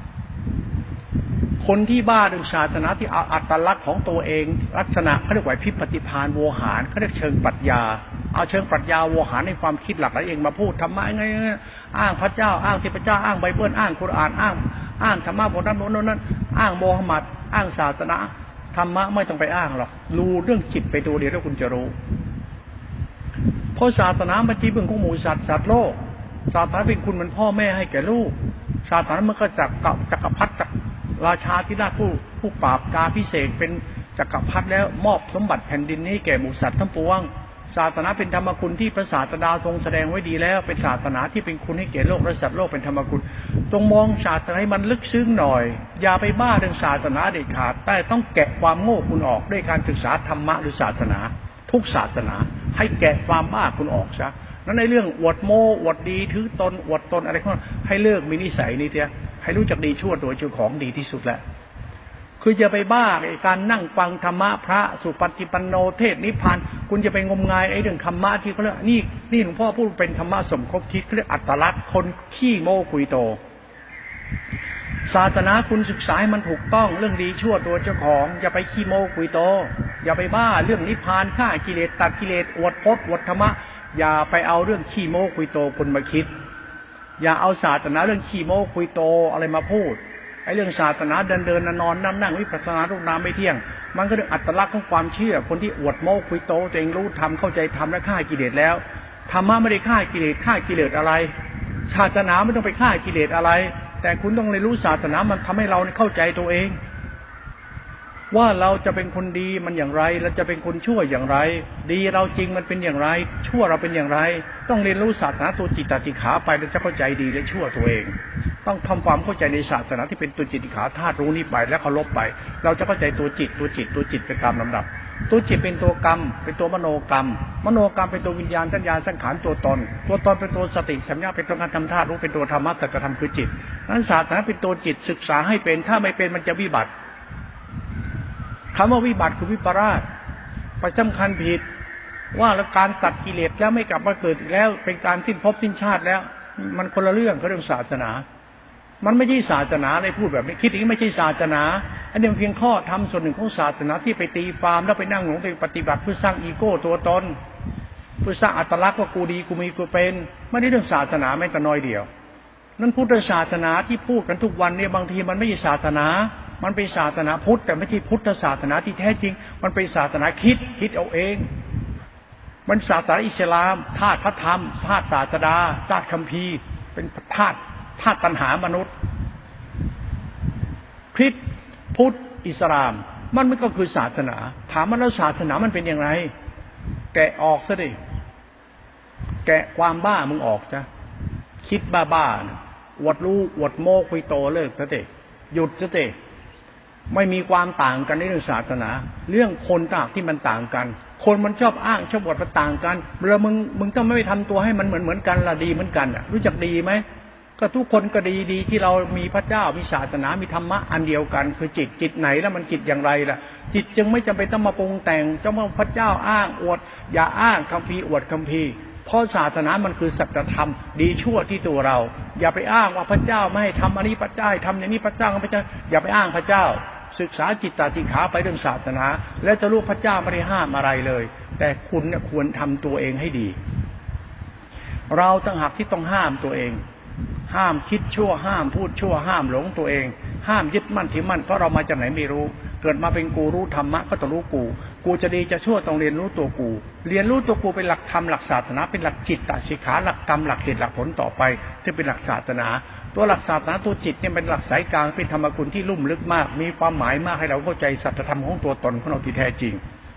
คนที่บ้าเรื่องศาสนาที่เอาอัตลักษณ์ของตัวเองลักษณะเขาเรียกว่าพิปฏิภาณโวหารเขาเรียกเชิงปรัชญาเอาเชิงปรัชญาโวหารในความคิดหลักแล้วเองมาพูดธรรมะไงอ้างพระเจ้าอ้างเทพเจ้าอ้างไบเบิลอ้างกุรอานอ้างอ้างธรรมะบทนั้นบทนั้นอ้างโมฮัมหมัดอ้างศาสนาธรรมะไม่ต้องไปอ้างหรอกรู้เรื่องจิตไปตัวเดียวแล้วคุณจะรู้เพราะศาสนาเป็นที่พึ่งของหมู่สัตว์สัตว์โลกศาสนาเป็นคุณเหมือนพ่อแม่ให้แก่ลูกศาสนามันก็จักจักรพรรดิจักราชาธิราชผู้ผู้ปราบกาพิเศษเป็นจักรพรรดิแล้วมอบสมบัติแผ่นดินนี้แก่หมู่สัตว์ทั้งปวงศาสนาเป็นธรรมคุณที่พระศาสดาทรงแสดงไว้ดีแล้วเป็นศาสนาที่เป็นคุณให้แก่โลกและสัตว์โลกเป็นธรรมคุณจงมองศาสนาให้มันลึกซึ้งหน่อยอย่าไปบ้าเรื่องศาสนาเด็ดขาดแต่ต้องแกะความโง่คุณออกด้วยการศึกษาธรรมะหรือศาสนาทุกศาสนาให้แกะความบ้าคุณออกซะนั้นในเรื่องอวดโม้อวดดีถือตนอวดตนอะไรพวกนั้นให้เลิกมีนิสัยนี้เถอะให้รู้จักดีชั่วโดยเจ้าของดีที่สุดแหละคือจะไปบ้าไอ้การนั่งฟังธรรมะพระสุปฏิปันโนเทศนิพพานคุณจะไปงมงายไอ้เรื่องธรรมะที่เขาเรียกนี่นี่หลวงพ่อพูดเป็นธรรมะสมคบคิดเขาเรียกอัตลักษณ์คนขี้โม้คุยโตศาสนาคุณศึกษาให้มันถูกต้องเรื่องดีชั่วตัวเจ้าของอย่าไปขี้โม้คุยโตอย่าไปบ้าเรื่องนิพพานฆ่ากิเลสตัดกิเลสอวดพจน์อวดธรรมะอย่าไปเอาเรื่องขี้โม้คุยโตคุณมาคิดอย่าเอาศาสนาเรื่องขี้โม้คุยโตอะไรมาพูดไอ้เรื่องศาสนาเดินเดินนอนนั่งนั่งวิปัสสนารูปนามไม่เที่ยงมันก็เรื่องอัตลักษณ์ของความเชื่อคนที่อวดโม้คุยโตตัวเองรู้ทำเข้าใจทำและฆ่ากิเลสแล้วธรรมะไม่ได้ฆ่ากิเลสฆ่ากิเลสอะไรศาสนาไม่ต้องไปฆ่ากิเลสอะไรแต่คุณต้องเรียนรู้ศาสนามันทำให้เราเข้าใจตัวเองว่าเราจะเป็นคนดีมันอย่างไรเราจะเป็นคนชั่วอย่างไรดีเราจริงมันเป็นอย่างไรชั่วเราเป็นอย่างไรต้องเรียนรู้ศาสนาตัวจิตตติขาไปแล้วจะเข้าใจดีและชั่วตัวเองต้องทำความเข้าใจในศาสนาที่เป็นตัวจิตติขาธาตุรู้นี้ไปแล้วเคารพไปเราจะเข้าใจตัวจิตตัวจิตตัวจิตไปตามลำดับตัวจิตเป็นตัวกรรมเป็นตัวมโนกรรมมโนกรรมเป็นตัววิญญาณสัญญาสังขารตัวตนตัวตนเป็นตัวสติสัมยาเป็นตัวการทำธาตุรู้เป็นตัวธรรมะสัจธรรมคือจิตนั้นศาสนาเป็นตัวจิตศึกษาให้เป็นถ้าไม่เป็นมันจะวิบัติคำว่าวิบัติคือวิปราชไปสำคัญผิดว่าแล้วการตัดกิเลสแล้วไม่กลับมาเกิดอีกแล้วเป็นการสิ้นภพสิ้นชาติแล้วมันคนละเรื่องกับเรื่องศาสนามันไม่ใช่ศาสนาเลยพูดแบบนี้คิดอย่างนี้ไม่ใช่ศาสนาอันนี้มันเพียงข้อทำส่วนหนึ่งของศาสนาที่ไปตีฟาร์มแล้วไปนั่งหลงไปปฏิบัติเพื่อสร้างอีโก้ตัวตนเพื่อสร้างอัตลักษณ์ว่ากูดีกูมีกูเป็นไม่ได้เรื่องศาสนาแม้แต่น้อยเดียวนั่นพุทธศาสนาที่พูดกันทุกวันเนี่ยบางทีมันไม่ใช่ศาสนามันเป็นศาสนาพุทธแต่ไม่ใช่พุทธศาสนาที่แท้จริงมันเป็นศาสนาคิดคิดเอาเองมันศาสนาอิสลามธาตุพระธรรมธาตุศาสดาธาตุคัมภีร์เป็นธาตุธาตุตัณหามนุษย์คริสต์พุทธอิสลามมันไม่ก็คือศาสนาถามมันแล้วศาสนามันเป็นอย่างไรแกะออกซะดิแกะความบ้ามึงออกจ้ะคิดบ้าๆนะอวดรู้อวดโม้คุยโตเลิกซะดิหยุดซะดิไม่มีความต่างกันในเรื่องศาสนาเรื่องคนต่างที่มันต่างกันคนมันชอบอ้างชอบอวดมันต่างกันแล้วมึงมึงต้องไม่ทำตัวให้มันเหมือนเหมือนกันละดีเหมือนกันอ่ะรู้จักดีไหมก็ทุกคนก็ดีดีที่เรามีพระเจ้ามีศาสนามีธรรมะอันเดียวกันคือจิตจิตไหนแล้วมันจิตอย่างไรล่ะจิตจึงไม่จำเป็นต้องมาปรุงแต่งจะมาพระเจ้าอ้างอวดอย่าอ้างคัมภีร์อวดคัมภีร์เพราะศาสนามันคือสัจธรรมดีชั่วที่ตัวเราอย่าไปอ้างว่าพระเจ้าไม่ให้ทำอันนี้พระเจ้าทำอย่างนี้พระเจ้าพระเจ้าอย่าไปอ้างพระเจ้าศึกษาจิตตติขาไปเรื่องศาสนาและจะรู้พระเจ้าไม่ได้ห้ามอะไรเลยแต่คุณเนี่ยควรทำตัวเองให้ดีเราต่างหากที่ต้องห้ามตัวเองห้ามคิดชั่วห้ามพูดชั่วห้ามหลงตัวเองห้ามยึดมั่นถือมั่นเพราะเรามาจากไหนไม่รู้เกิดมาเป็นกูรู้ธรรมะก็ต้องรู้กูกูจะดีจะชั่วต้องเรียนรู้ตัวกูเรียนรู้ตัวกูเป็นหลักธรรมหลักศาสนาเป็นหลักจิตตสิกขาหลักกรรมหลักเหตุหลักผลต่อไปที่เป็นหลักศาสนาตัวหลักศาสนาตัวจิตเนี่ยเป็นหลักสายกลางเป็นธรรมคุณที่ลุ่มลึกมากมีความหมายมากให้เราเข้าใจสัจธรรมของตัวตนของเราที่แท้จริง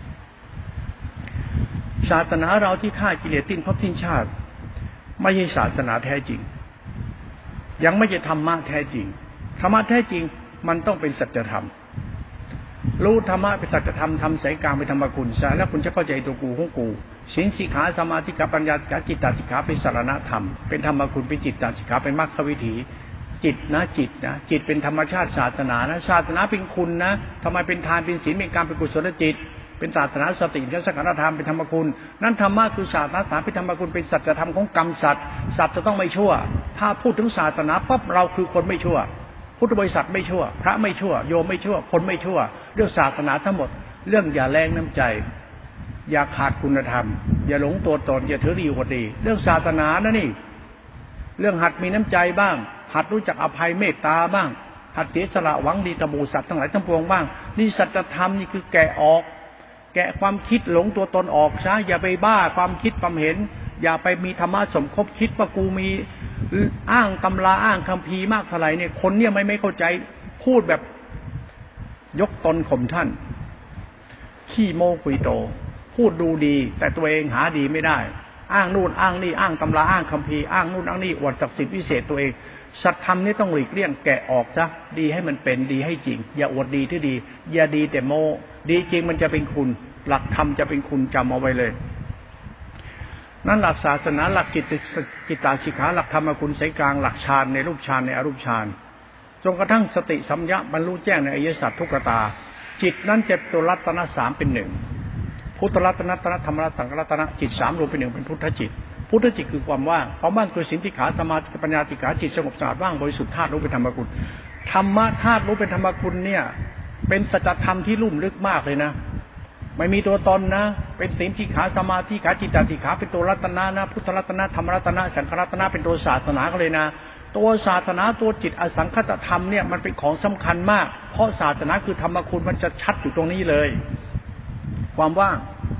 ศาสนาเราที่ฆ่ากิเลสทิ้งภพทิ้งชาติไม่ใช่ศาสนาแท้จริงยังไม่ใช่ธรรมะแท้จริงธรรมะแท้จริงมันต้องเป็นสัจธรรมรู้ธรรมะเป็นสัจธรรมทำสายกลางเป็นธรรมคุณซะแล้วคุณจะเข้าใจตัวกูของกูศีลสิกขาสมาธิกับปัญญาสิกขาจิตตสิกขาเป็นสารณธรรมเป็นธรรมคุณเป็นจิตตสิกขาเป็นมรรควิถีจิตนะจิตนะจิตเป็นธรรมชาติศาสนานะศาสนาเป็นคุณนะทำไมเป็นทานเป็นศีลเป็นกรรมเป็นกุศลจิตเป็นศาสนาสติเป็นสังฆธรรมเป็นธรรมคุณนั่นธรรมะคือศาสนาเป็นธรรมคุณเป็นสัจธรรมของกรรมสัตว์สัตว์จะต้องไม่ชั่วถ้าพูดถึงศาสนาปั๊บเราคือคนไม่ชั่วพุทธบริษัทไม่ชั่วพระไม่ชั่วโยมไม่ชั่วคนไม่ชั่วเรื่องศาสนาทั้งหมดเรื่องอย่าแรงน้ำใจอย่าขาดคุณธรรมอย่าหลงตัวตนอย่าถือดีกว่าดีเรื่องศาสนานะนี่เรื่องหัดมีน้ำใจบ้างหัดรู้จักอภัยเมตตาบ้างหัดเสียสละหวังดีต่อหมู่สัตว์ทั้งหลายทั้งปวงบ้างนี่สัจธรรมนี่คือแกะออกแกะความคิดหลงตัวตนออกซะอย่าไปบ้าความคิดความเห็นอย่าไปมีธรรมะสมคบคิดว่ากูมีอ้างตำราอ้างคัมภีร์มากเท่าไหร่เนี่ยคนเนี่ยไม่ไม่เข้าใจพูดแบบยกตนข่มท่านขี้โม้คุยโตพูดดูดีแต่ตัวเองหาดีไม่ได้อ้างนู่นอ้างนี่อ้างตำราอ้างคัมภีร์อ้างนู่นอ้างนี่อวดศักดิ์สิทธิ์วิเศษตัวเองสัตธรรมนี่ต้องหลีกเลี่ยงแกะออกซะดีให้มันเป็นดีให้จริงอย่าอวดดีที่ดีอย่าดีแต่โม้ดีจริงมันจะเป็นคุณหลักธรรมจะเป็นคุณจำเอาไว้เลยนั่นหลักศาสนาหลักจิตจิตตสิกขาหลักธรรมคุณสายกลางหลักฌานในรูปฌานในอรูปฌานจนกระทั่งสติสัมยะบรรลุแจ้งในอริยสัจทุกขตาจิตนั้นจะตัวรัตนะสามเป็นหนึ่งพุทธรัตนะธรรมรัตนะสังฆรัตนะจิตสามรวมเป็นหนึ่งเป็นพุทธจิตพุทธจิตคือความว่างความว่างคือศีลสิกขาสมาธิปัญญาสิกขาจิตสงบสะอาดว่างบริสุทธิ์ธาตุรู้เป็นธรรมคุณธรรมะธาตุรู้เป็นธรรมคุณเนี่ยเป็นสัจธรรมที่ลุ่มลึกมากเลยนะไม่มีตัวตนนะเป็นศีลสิกขาสมาธิขาจิตตสิกขาเป็นตัวรัตนะนะพุทธรัตนะธรรมรัตนะสังฆรัตนะเป็นตัวศาสนาก็เลยนะตัวศาสนาตัวจิตอสังคตธรรมเนี่ยมันเป็นของสำคัญมากเพราะศาสนาคือธรรมคุณมันจะชัดอยู่ตรงนี้เลยความว่าง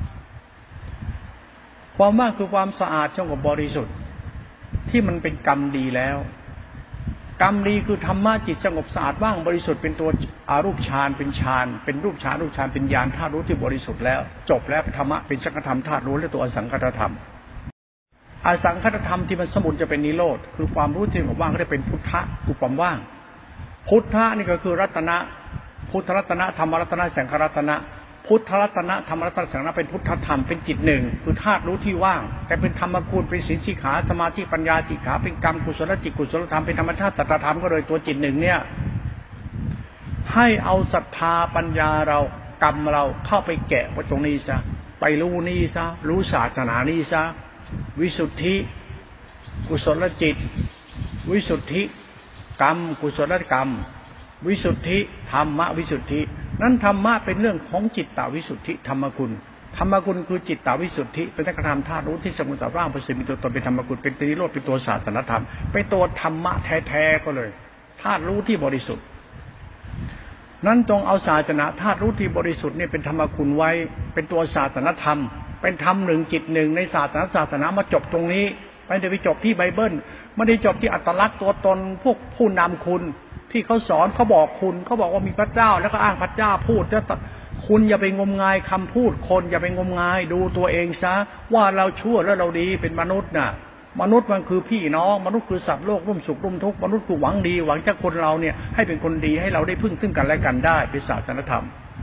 ความว่างคือความสะอาดช่องกับบริสุทธิ์ที่มันเป็นกรรมดีแล้วกรรมดีคือธรรมะจิตสงบสะอาดว่างบริสุทธิ์เป็นตัวอารูปฌานเป็นฌานเป็นรูปฌานรูปฌานเป็นญาณธาตุรู้ที่บริสุทธิ์แล้วจบแล้วธรรมะเป็นสังฆธรรมธาตุรู้และตัวอสังคตธรรมอสังคตธรรมที่มันสมุนจะเป็นนิโรธคือความรู้ที่ว่างก็ได้เป็นพุทธะคือความว่างพุทธะนี่ก็คือรัตนะพุทธรัตนะธรรมรัตนะสังฆรัตนะพุทธรัตนะธรรมรัตนะสังฆรัตนะเป็นพุทธธรรมเป็นจิตหนึ่งคือธาตุรู้ที่ว่างแต่เป็นธรรมคุณเป็นศีลสิกขาสมาธิปัญญาสิกขาเป็นกรรมกุศลจิตกุศลธรรมเป็นธรรมชาติตถาธรรมก็เลยตัวจิตหนึ่งเนี่ยให้เอาศรัทธาปัญญาเรากรรมเราเข้าไปแกะไว้ตรงนี้ซะไปรู้นี่ซะรู้ศาสนานี่ซะวิสุทธิกุศลจิตวิสุทธิกรรมกุศลกรรมวิสุทธิธรรมวิสุทธินั้นธรรมะเป็นเรื่องของจิตตวิสุทธิธรรมคุณธรรมคุณคือจิตตวิสุทธิเป็นธรรมธาตุรู้ที่สงบสะอาดว่างเป็นสิ่งมีตัวตนเป็นธรรมคุณเป็นนิโรธเป็นตัวศาสนธรรมเป็นตัวธรรมะแท้ๆก็เลยธาตุรู้ที่บริสุทธิ์นั้นจงเอาศาสนาธาตุรู้ที่บริสุทธิ์นี่เป็นธรรมคุณไว้เป็นตัวศาสนธรรมเป็นธรรมหนึ่งจิตหนึ่งในศาสนาศาสนามาจบตรงนี้ไม่ได้ไปจบที่ไบเบิลไม่ได้จบที่อัตลักษณ์ตัวตนพวกผู้นำคุณที่เขาสอนเขาบอกคุณเขาบอกว่ามีพระเจ้าแล้วก็อ้างพระเจ้าพูดแล้วคุณอย่าไปงมงายคำพูดคนอย่าไปงมงายดูตัวเองซะว่าเราชั่วแล้วเราดีเป็นมนุษย์น่ะมนุษย์มันคือพี่น้องมนุษย์คือสัตว์โลกร่วมสุขร่วมทุกข์มนุษย์คือหวังดีหวังจะคนเราเนี่ยให้เป็นคนดีให้เราได้พึ่งซึ่งกันและกันได้เป็นศาสนธรรม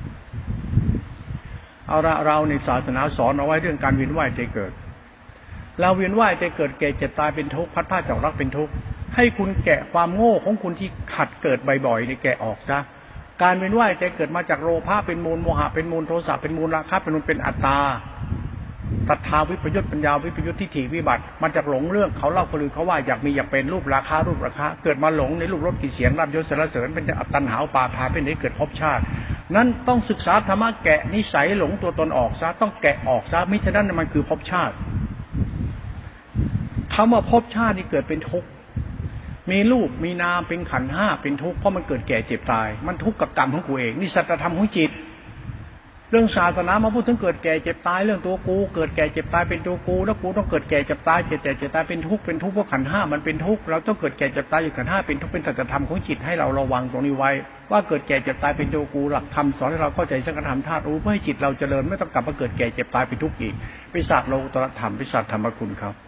เอาละเราในศาสนาสอนเอาไว้เรื่องการเวียนว่ายตายเกิดเราเวียนว่ายตายเกิดแก่เจ็บตายเป็นทุกข์พัดพลาดจากรักเป็นทุกข์ให้คุณแกะความโง่ของคุณที่ขัดเกิดบ่อยๆนี่แกะออกซะการเวียนว่ายตายเกิดมาจากโลภะเป็นมูลโมหะเป็นมูลโทสะเป็นมูลราคะเป็นมูลเป็นอัตตาศรัทธาวิปยุตปัญญาวิปยุตทิฏฐิวิบัติมันจากหลงเรื่องเขาเล่าคนอื่นเขาว่าอยากมีอยากเป็นรูปราคารูปราคาเกิดมาหลงในรูปรสกลิ่นเสียงลาภยศสรรเสริญเป็นอัตตัณหาปาทานเป็นให้เกิดภพชาตินั้นต้องศึกษาธรรมะแกะนิสัยหลงตัวตนออกซะต้องแกะออกซะมิฉะนั้นมันคือภพชาติคำว่าภพชาตินี่เกิดเป็นทุกข์มีรูปมีนามเป็นขันธ์ห้าเป็นทุกข์เพราะมันเกิดแก่เจ็บตายมันทุกข์กับกรรมของกูเองนี่สัจธรรมของจิตเรื่องศาสนามาพูดถึงเกิดแก่เจ็บตายเรื่องตัวกูเกิดแก่เจ็บตายเป็นตัวกูแล้วกูต้องเกิดแก่เจ็บตายเจ็บแก่เจ็บตายเป็นทุกข์เป็นทุกข์เพราะขันธ์ห้ามันเป็นทุกข์เราต้องเกิดแก่เจ็บตายอยู่ขันธ์ห้าเป็นทุกข์เป็นสัจธรรมของจิตให้เราระวังตรงนี้ไว้ว่าเกิดแก่เจ็บตายเป็นตัวกูหลักธรรมสอนให้เราเข้าใจสังฆธรรมธาตุรู้เพื่อให้จิตเราเจริญไม่ต้องกลับมาเกิดแก่เจ็บตายเป็นทุกข์อีกวิสัชโลกุตตรธรรมวิสัชธรรมคุณครับ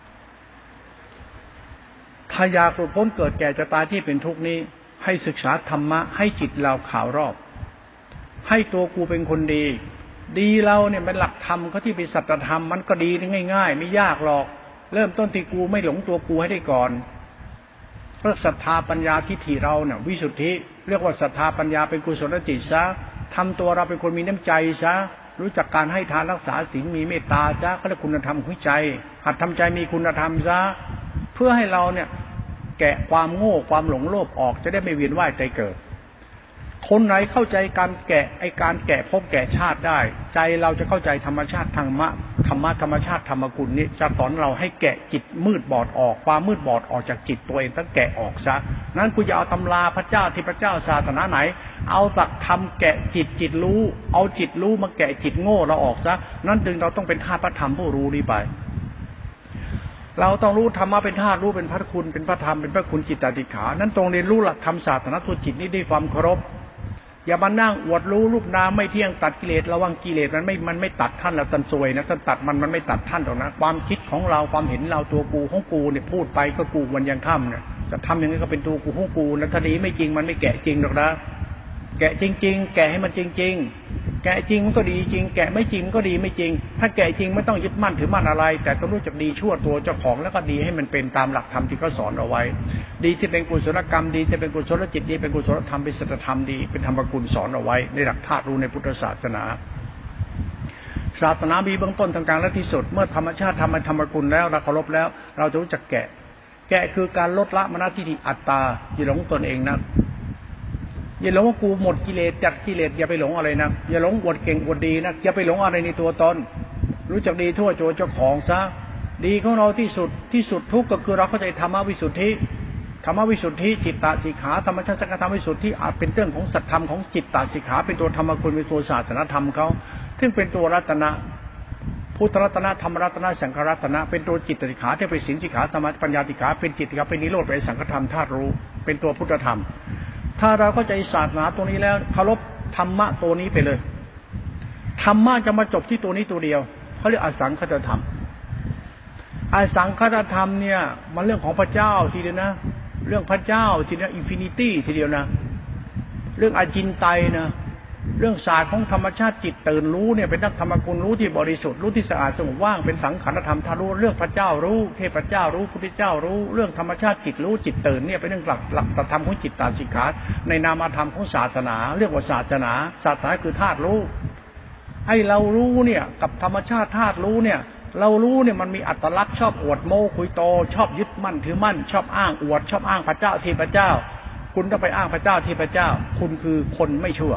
ถ้าอยากหลุดพ้นเกิดแก่เจ็บตายที่เป็นทุกข์นี้ให้ศึกษาธรรมะให้จิตเราขาวรอบให้ตัวกูเป็นคนดีดีเราเนี่ยเป็นหลักธรรมเขาที่เป็นสัจธรรมมันก็ดีง่ายๆไม่ยากหรอกเริ่มต้นที่กูไม่หลงตัวกูให้ได้ก่อนเรื่องศรัทธาปัญญาทิฏฐิเราเนี่ยวิสุทธิเรียกว่าศรัทธาปัญญาเป็นกุศลจิตซะทำตัวเราเป็นคนมีน้ำใจซะรู้จักการให้ทานรักษาศีลมีเมตตาซะก็เรียกคุณธรรมของใจหัดทำใจมีคุณธรรมซะเพื่อให้เราเนี่ยแกะความโง่ความหลงโลภออกจะได้ไม่เวียนว่ายตายเกิดคนไหนเข้าใจการแกะไอการแกะภพแกะชาติได้ใจเราจะเข้าใจธรรมชาติธรรมะธรรมะธรรมชาติธรรมกุลนี้จะสอนเราให้แกะจิตมืดบอดออกความมืดบอดออกจากจิตตัวเองต้องแกะออกซะนั้นกูจะเอาตำราพระเจ้าที่พระเจ้าศาสนาไหนเอาหลักธรรมแกะจิตจิตรู้เอาจิตรู้มาแกะจิตโง่เราออกซะนั้นจึงเราต้องเป็นธาตุพระธรรมผู้รู้นี้ไปเราต้องรู้ธรรมะเป็นธาตุรู้เป็นพระคุณเป็นพระธรรมเป็นพระคุณจิตตติขานั้นตรงเรียนรู้หลักธรรมศาสนาตัวจิตนี้ด้วยความเคารพอย่ามานั่งอวดรู้รูปนามไม่เที่ยงตัดกิเลสระวังกิเลสมันไม่มันไม่ตัดท่านแล้วท่านซวยนะท่านตัดมันมันไม่ตัดท่านหรอกนะความคิดของเราความเห็นเราตัวกูของกูเนี่ยพูดไปก็กูวันยังค่ำเนี่ยจะทำยังไงก็เป็นตัวกูของกูนะถ้าดีไม่จริงมันไม่แกะจริงหรอกนะแกะจริงๆแกะให้มันจริงๆแกะจริงมันก็ดีจริงแกะไม่จริงก็ดีไม่จริงถ้าแกะจริงไม่ต้องยึดมั่นถือมั่นอะไรแต่ต้องรู้จักดีชั่วตัวเจ้าของแล้วก็ดีให้มันเป็นตามหลักธรรมที่เขาสอนเอาไว้ดีที่เป็นกุศลกรรมดีจะเป็นกุศลจิตดีเป็นกุศลธรรมเป็นสัจธรรมดีเป็นธรรมกุลสอนเอาไว้ในหลักธาตุรู้ในพุทธศาสนาศาสนามีเบื้องต้นทางกลางและที่สุดเมื่อธรรมชาติทำมันธรรมกุลแล้วเราเคารพแล้วเราจะรู้จักแกะแกะคือการลดละมนทิฏฐิอัตตาอย่าหลงตนเองนะอย่าหลงว่ากูหมดกิเลสจากกิเลสอย่าไปหลงอะไรนะอย่าหลงอวดเก่งอวดดีนะอย่าไปหลงอะไรในตัวตนรู้จักดีทั่วโจเจ้าของซะดีของเราที่สุดที่สุดทุกก็คือเราเข้าใจธรรมวิสุทธิธรรมวิสุทธิจิตตสิกขาธรรมชาติสังฆธรรมวิสุทธิอาจเป็นเรื่องของสัจธรรมของจิตตสิกขาเป็นตัวธรรมคุณเป็นตัวศาสนธรรมเขาซึ่งเป็นตัวรัตนะพุทธรัตนะธรรมรัตนะสังฆรัตนะเป็นตัวจิตสิกขาที่เป็นศีลสิกขาธรรมะปัญญาสิกขาเป็นจิตสิกขาเป็นนิโรธเป็นสังฆธรรมธาตุรู้เป็นตัวพุทธธรรมถ้าเราเข้าใจศาสนาตัวนี้แล้วเคารพธรรมะตัวนี้ไปเลยธรรมะจะมาจบที่ตัวนี้ตัวเดียวเขาเรียกอสังคตธรรมอสังคตธรรมเนี่ยมันเรื่องของพระเจ้าทีเดียวนะเรื่องพระเจ้าทีเดียวอินฟินิตี้ทีเดียวนะเรื่องอจินไตยนะเรื่องศาสตร์ของธรรมชาติจิตตื่นรู้เนี่ยเป็นนักธรรมกุลรู้ที่บริสุทธิ์รู้ที่สะอาดสงบว่างเป็นสังขารธรรมทารู้เรื่องพระเจ้ารู้เทพเจ้ารู้พุทธเจ้ารู้เรื่องธรรมชาติจิตรู้จิตตื่นเนี่ยเป็นเรื่องหลักหลักธรรมของจิตตาสิกขาในนามธรรมของศาสนาเรียกว่าศาสนาศาสนาคือธาตุรู้ให้เรารู้เนี่ยกับธรรมชาติธาตุรู้เนี่ยเรารู้เนี่ยมันมีอัตลักษณ์ชอบอวดโม้คุยโตชอบยึดมั่นถือมั่นชอบอ้างอวดชอบอ้างพระเจ้าเทพเจ้าคุณต้องไปอ้างพระเจ้าเทพเจ้าคุณคือคนไม่ชั่ว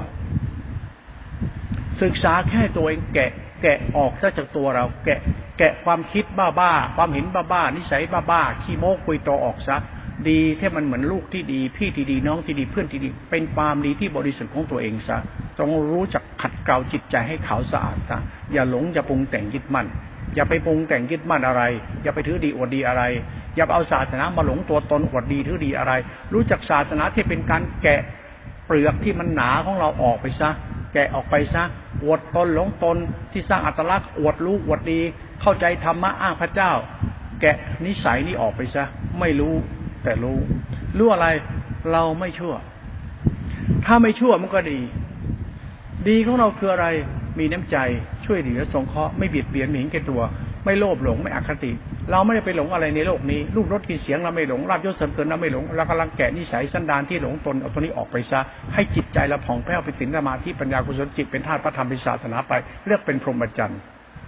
ศึกษาแค่ตัวเองแกะแกะออกจากตัวเราแกะแกะความคิดบ้าๆความเห็นบ้าๆนิสัยบ้าๆขี้โม้คุยโตออกซะดีแค่มันเหมือนลูกที่ดีพี่ที่ดีน้องที่ดีเพื่อนที่ดีเป็นความดีที่บริสุทธิ์ของตัวเองซะต้องรู้จักขัดเกลาจิตใจให้ขาวสะอาดซะอย่าหลงอย่าปรุงแต่งยึดมั่นอย่าไปปรุงแต่งยึดมั่นอะไรอย่าไปถือดีอวดดีอะไรอย่าเอาศาสนามาหลงตัวตนอวดดีถือดีอะไรรู้จักศาสนาที่เป็นการแกะเปลือกที่มันหนาของเราออกไปซะแกะออกไปซะอวดตนหลงตนที่สร้างอัตลักษณ์อวดรู้อวดดีเข้าใจธรรมะอ้างพระเจ้าแกะนิสัยนี้ออกไปซะไม่รู้แต่รู้รู้อะไรเราไม่ชั่วถ้าไม่ชั่วมันก็ดีดีของเราคืออะไรมีน้ำใจช่วยเหลือสงเคราะห์ไม่เบียดเบียนไม่เห็นแก่ตัวไม่โลภหลงไม่อคติเราไม่ได้ไปหลงอะไรในโลกนี้รูปรสกลิ่นเสียงเราไม่หลงลาภยศสรรเสริญเราไม่หลงเรากำลังแกะนิสัยสันดานที่หลงตนเอาตัวนี้ออกไปซะให้จิตใจเราผ่องแผ้วเป็นศีลสมาธิปัญญากุศลจิตเป็นธาตุพระธรรมเป็นศาสนาไปเรียกเป็นพรหมจรรย์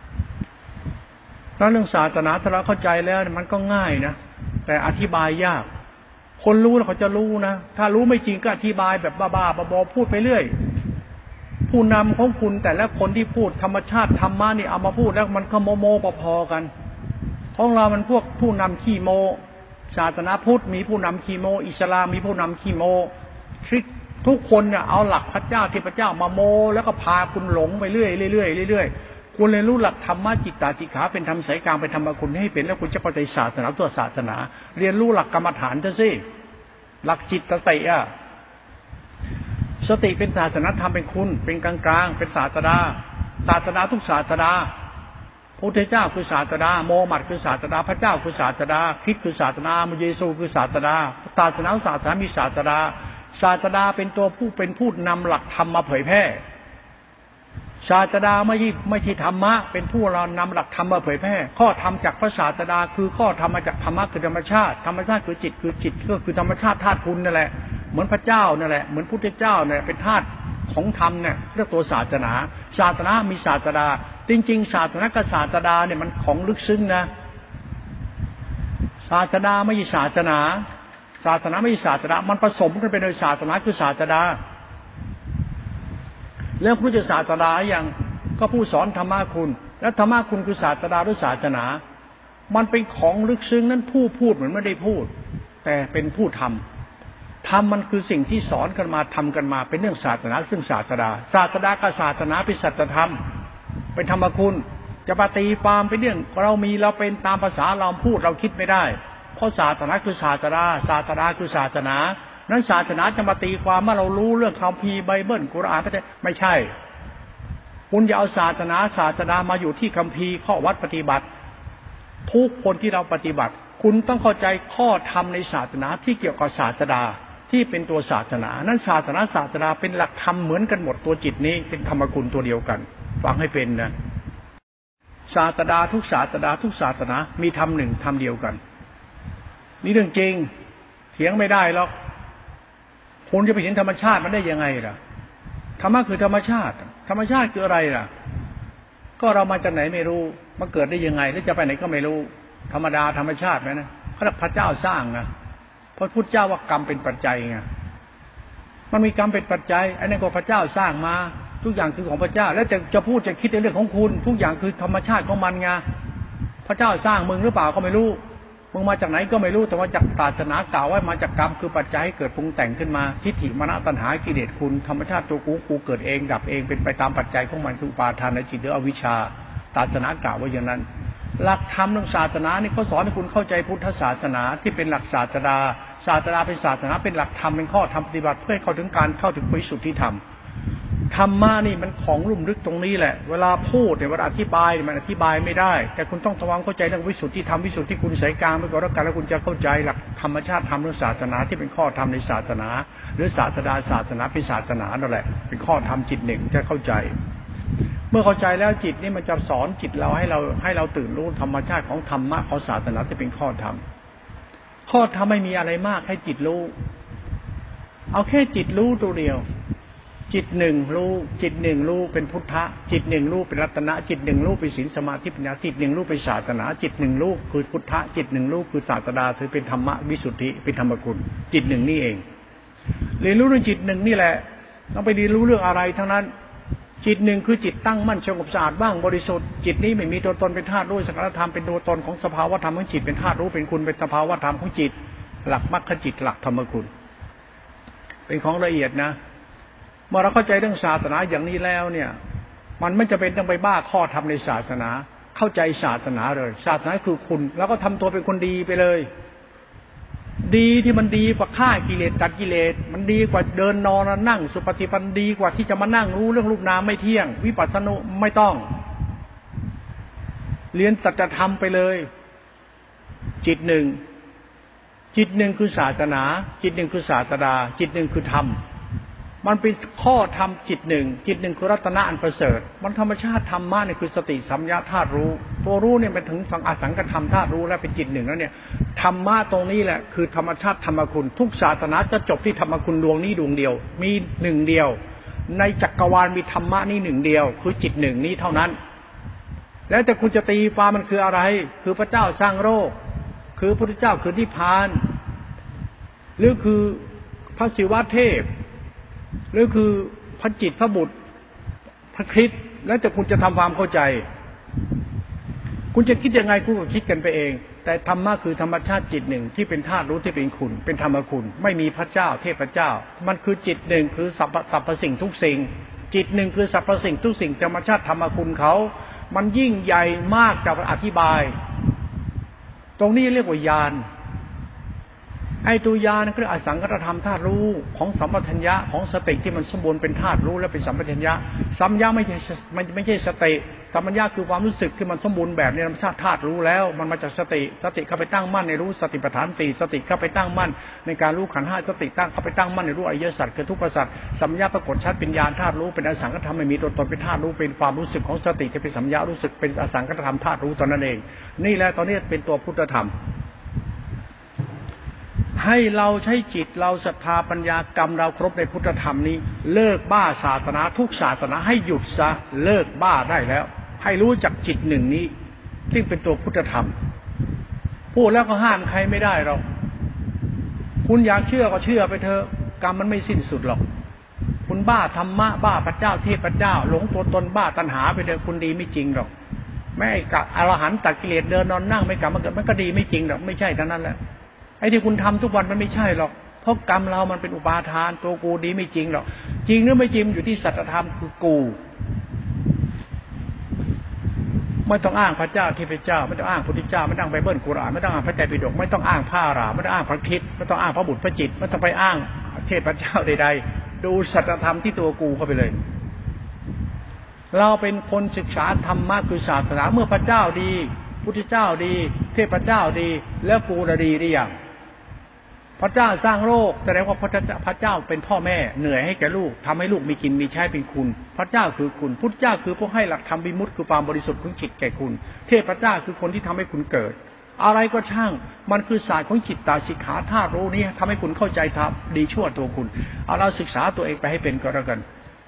แล้วเรื่องศาสนาถ้าเราเข้าใจแล้วมันก็ง่ายนะแต่อธิบายยากคนรู้แล้วเขาจะรู้นะถ้ารู้ไม่จริงก็อธิบายแบบบ้าๆบอๆพูดไปเรื่อยผู้นำของคุณแต่ละคนที่พูดธรรมชาติธรรมะนี่เอามาพูดแล้วมันก็โมโมพอๆกันของเรามันพวกผู้นำขี้โมศาสนาพุทธมีผู้นำขี้โมอิสลามมีผู้นำขี้โมทริกทุกคนเนี่ยเอาหลักพระเจ้าเทพเจ้ามาโมแล้วก็พาคุณหลงไปเรื่อยเรื่อยเรื่อยคุณเรียนรู้หลักธรรมะจิตตาติขาเป็นธรรมสายกลางเป็นธรรมคุณให้เป็นแล้วคุณจะเข้าใจศาสนาตัวศาสนาเรียนรู้หลักกรรมฐานซะสิหลักจิตสติอ่ะสติเป็นศาสนาธรรมเป็นคุณเป็นกลางกลางเป็นศาสดาศาสดาทุกศาสดาพระพุทธเจ้าคือศาสดาโมฮัมหมัดคือศาสดาพระเจ้าคือศาสดาคริสต์คือศาสดามุเยซูคือศาสดาศาสนาศาสนามีศาสดาศาสดาเป็นตัวผู้เป็นผู้นำหลักธรรมมาเผยแพร่ศาสดาไม่ใช่ไม่ใช่ธรรมะเป็นผู้เรานำหลักธรรมมาเผยแพร่ข้อธรรมจากพระศาสดาคือข้อธรรมมาจากธรรมะคือธรรมชาติธรรมชาติคือจิตคือจิตก็คือธรรมชาติธาตุคุณนั่นแหละเหมือนพระเจ้านั่นแหละเหมือนพุทธเจ้าเนี่ยเป็นธาตุของธรรมเนี่ยเรียกตัวศาสนาศาสนามีศาสดาจริงๆศาสนากับศาสดาเนี่ยมันของลึกซึ้งนะศาสดาไม่ใช่ศาสนาศาสนาไม่ใช่ศาสนามันผสมกันเป็นโดยศาสนาคือศาสดาแล้วผู้จะศาสดาอย่างก็ผู้สอนธรรมะคุณและธรรมะคุณคือศาสดาหรือศาสนามันเป็นของลึกซึ้งนั้นผู้พูดเหมือนไม่ได้พูดแต่เป็นผู้ทำทำมันคือสิ่งที่สอนกันมาทำกันมาเป็นเรื่องศาสนาซึ่งศาสดาศาสดากับศาสนาเป็นสัจธรรมเป็นธรรมคุณจะปฏิฟามเป็นเรื่องเรามีเราเป็นตามภาษาเราพูดเราคิดไม่ได้เพราะศาสนาคือศาสดาศาสดาคือศาสนานั้นศาสนาจะมาตีความว่าเรารู้เรื่องคัมภีร์ไบเบิลกุรอานไม่ใช่คุณอย่าเอาศาสนาศาสนามาอยู่ที่คัมภีร์ข้อวัดปฏิบัติทุกคนที่เราปฏิบัติคุณต้องเข้าใจข้อธรรมในศาสนาที่เกี่ยวกับศาสดาที่เป็นตัวศาสนานั้นศาสนาศาสนาเป็นหลักธรรมเหมือนกันหมดตัวจิตนี้เป็นธรรมคุณตัวเดียวกันฟังให้เป็นนะศาสดาทุกศาสดาทุกศาสนามีธรรมหนึ่งธรรมเดียวกันนี่เรื่องจริงเถียงไม่ได้หรอกคุณจะไปเห็นธรรมชาติมันได้ยังไงล่ะธรรมะคือธรรมชาติธรรมชาติคืออะไรล่ะก็เรามาจากไหนไม่รู้มาเกิดได้ยังไงแล้วจะไปไหนก็ไม่รู้ธรรมดาธรรมชาติไหมนะพระเจ้าสร้างนะเพราะพุทธเจ้าว่ากรรมเป็นปัจจัยไงมันมีกรรมเป็นปัจจัยอันนั้นก็พระเจ้าสร้างมาทุกอย่างคือของพระเจ้าแล้วจะจะพูดจะคิดในเรื่องของคุณทุกอย่างคือธรรมชาติของมันไงพระเจ้าสร้างมึงหรือเปล่าก็ไม่รู้มึงมาจากไหนก็ไม่รู้แต่ว่าจากศาสนากล่าวว่ามาจากกรรมคือปัจจัยให้เกิดปรุงแต่งขึ้นมาทิฏฐิมานะตัณหากิเลสคุณธรรมชาติตัวกูกูเกิดเองดับเองเป็นไปตามปัจจัยของมันคืออุปาทานในจิตหรืออวิชชาศาสนากล่าวว่าอย่างนั้นหลักธรรมเรื่องศาสนานี่เขาสอนให้คุณเข้าใจพุทธศาสนาที่เป็นหลักศาสดาศาสดาเป็นศาสนาเป็นหลักธรรมเป็นข้อธรรมปฏิบัติเพื่อให้เข้าถึงการเข้าถึงวิสุทธิธรรมธรรมะนี่มันของลุ่มลึกตรงนี้แหละเวลาพูดเนี่ยเวลาอธิบายมันอธิบายไม่ได้แต่คุณต้องทำความเข้าใจเรื่องวิสุทธิธรรมวิสุทธิคุณสายกลางไปก่อนแล้วกันแล้วคุณจะเข้าใจหลักธรรมชาติธรรมเรื่องศาสนาที่เป็นข้อธรรมในศาสนาหรือศาสดาศาสนาเป็นศาสนานั่นแหละเป็นข้อธรรมจิตหนึ่งจะเข้าใจเมื่อเข้าใจแล้วจิตนี่มันจะสอนจิตเราให้เราให้เราตื่นรู้ธรรมชาติของธรรมะของศาสนาที่เป็นข้อธรรมข้อธรรมไม่มีอะไรมากให้จิตรู้เอาแค่จิตรู้ตัวเดียวจิตหนึ่งรู้จิตหนึ่งรู้เป็นพุทธะจิตหนึ่งรู้เป็นรัตนะจิตหนึ่งรู้เป็นศีลสมาธิปัญญาจิตหนึ่งรู้เป็นศาสนาจิตหนึ่งรู้คือพุทธะจิตหนึ่งรู้คือศาสดาถือเป็นธรรมะวิสุทธิเป็นธรรมกุลจิตหนึ่งนี่เองเรียนรู้เรื่องจิตหนึ่งนี่แหละต้องไปเรียนรู้เรื่องอะไรทั้งนั้นจิตหนึ่งคือจิตตั้งมั่นสงบสะอาดว่างบริสุทธิ์จิตนี้ไม่มีตัวตนเป็นธาตุรู้สังขารธรรมเป็นตัวตนของสภาวะธรรมของจิตเป็นธาตุรู้เป็นคุณเป็นสภาวะธรรมของจิตหลักมรรคจิตหลักธรรมคุณเป็นของละเอียดนะเมื่อเราเข้าใจเรื่องศาสนาอย่างนี้แล้วเนี่ยมันไม่จำเป็นต้องไปบ้าข้อธรรมในศาสนาเข้าใจศาสนาเลยศาสนาคือคุณแล้วก็ทำตัวเป็นคนดีไปเลยดีที่มันดีกว่าฆ่ากิเลสตัดกิเลสมันดีกว่าเดินนอนนั่งสุปฏิปันดีกว่าที่จะมานั่งรู้เรื่องรูปนามไม่เที่ยงวิปัสสนาไม่ต้องเรียนสัจธรรมไปเลยจิตหนึ่งจิตหนึ่งคือศาสนาจิตหนึ่งคือศาสดาจิตหนึ่งคือธรรมมันเป็นข้อธรรมจิตหนึ่งจิตหนึ่งคือรัตนะอันประเสริฐมันธรรมชาติธรรมะเนี่ยคือสติสัมยาธาตุรู้ตัวรู้เนี่ยเป็นถึงสังอสังกธรรมธาตุรู้แล้วเป็นจิตหนึ่งแล้วเนี่ยธรรมะตรงนี้แหละคือธรรมชาติธรรมคุณทุกศาสนาจะจบที่ธรรมคุณดวงนี้ดวงเดียวมีหนึ่งเดียวในจักรวาลมีธรรมะนี้หนึ่งเดียวคือจิตหนึ่งนี้เท่านั้นแล้วแต่คุณจะตีความมันคืออะไรคือพระเจ้าสร้างโลกคือพระพุทธเจ้าคือนิพพานหรือคือพระศิวะเทพหรือคือพระจิตพระบุตรพระคริสต์แล้วแต่คุณจะทำความเข้าใจคุณจะคิดยังไงคุณก็คิดกันไปเองแต่ธรรมะคือธรรมชาติจิตหนึ่งที่เป็นธาตุรู้ที่เป็นคุณเป็นธรรมคุณไม่มีพระเจ้าเทพเจ้ามันคือจิตหนึ่งคือสรรพสรรพสิ่งทุกสิ่งจิตหนึ่งคือสรรพสิ่งทุกสิ่งธรรมชาติธรรมคุณเขามันยิ่งใหญ่มากจะอธิบายตรงนี้เรียกว่าญาณไอ้ตัวญาณก็คืออสังขตธรรมธาตุรู้ของสัมปชัญญะของสติที่มันสมบูรณ์เป็นธาตุรู้และเป็นสัมปชัญญะสัมปชัญญะไม่ใช่มันไม่ใช่สติสัมปชัญญะคือความรู้สึกที่มันสมบูรณ์แบบในธรรมชาติธาตุรู้แล้วมันมาจากสติสติเข้าไปตั้งมั่นในรู้สติปัฏฐานสี่สติเข้าไปตั้งมั่นในการรู้ขันธ์ห้าสติตั้งเข้าไปตั้งมั่นในรู้อริยสัจคือทุกขสัจสัมปชัญญะปรากฏชัดเป็นญาณธาตุรู้เป็นอสังขตธรรมไม่มีตัวตนเป็นธาตุรู้เป็นความรู้สึกของสติที่เป็นสัมปชัญญะรู้สึกเป็นอสังขตธรรมธาตุรู้ตอนนั้นเองนี่แหละตอนนี้เป็นตัวพุทธธรรมให้เราใช้จิตเราศรัทธาปัญญากรรมเราครบในพุทธธรรมนี้เลิกบ้าศาสนาทุกศาสนาให้หยุดซะเลิกบ้าได้แล้วให้รู้จักจิตหนึ่งนี้ที่เป็นตัวพุทธธรรมพูดแล้วก็ห้ามใครไม่ได้หรอกคุณอยากเชื่อก็เชื่อไปเถอะกรรมมันไม่สิ้นสุดหรอกคุณบ้าธรรมะบ้าพระเจ้าเทพเจ้าหลงตัวตนบ้าตัณหาไปเถอะคุณดีไม่จริงหรอกไม่กับอรหันต์ตัดกิเลสเดินนอนนั่งไม่กลับมาเกิดมันก็ดีไม่จริงหรอกไม่ใช่ทั้งนั้นแหละไอ้ที่คุณทำทุกวันมันไม่ใช่หรอกเพราะกรรมเรามันเป็นอุปาทานตัวกูดีไม่จริงหรอกจริงหรือไม่จริงอยู่ที่สัจธรรมคือกูไม่ต้องอ้างพระเจ้าที่พระเจ้าไม่ต้องอ้างพระพุทธเจ้าไม่ต้องไบเบิลกุรอานไม่ต้องอ้างพระไตรปิฎกไม่ต้องอ้างพระอรหันต์ไม่ต้องอ้างพระคริสต์ไม่ต้องอ้างพระบุตรพระจิตไม่ต้องไปอ้างเทพเจ้าใดๆดูสัจธรรมที่ตัวกูเข้าไปเลยเราเป็นคนศึกษาธรรมะคือศาสนาเมื่อพระเจ้าดีพุทธเจ้าดีเทพเจ้าดีแล้วกูจะดีได้อย่างพระเจ้าสร้างโลกแสดงว่าพระเจ้าพระเจ้าเป็นพ่อแม่เหนื่อยให้แก่ลูกทำให้ลูกมีกินมีใช้เป็นคุณพระเจ้าคือคุณพุทธเจ้าคือผู้ให้หลักธรรมวิมุตติคือความบริสุทธิ์ของจิตแก่คุณเทพเจ้าคือคนที่ทำให้คุณเกิดอะไรก็ช่างมันคือศาสตร์ของจิตตาสิกขาธาตุรู้นี้ทำให้คุณเข้าใจธรรมดีชั่วตัวคุณเอาเราศึกษาตัวเองไปให้เป็นก็แล้วกัน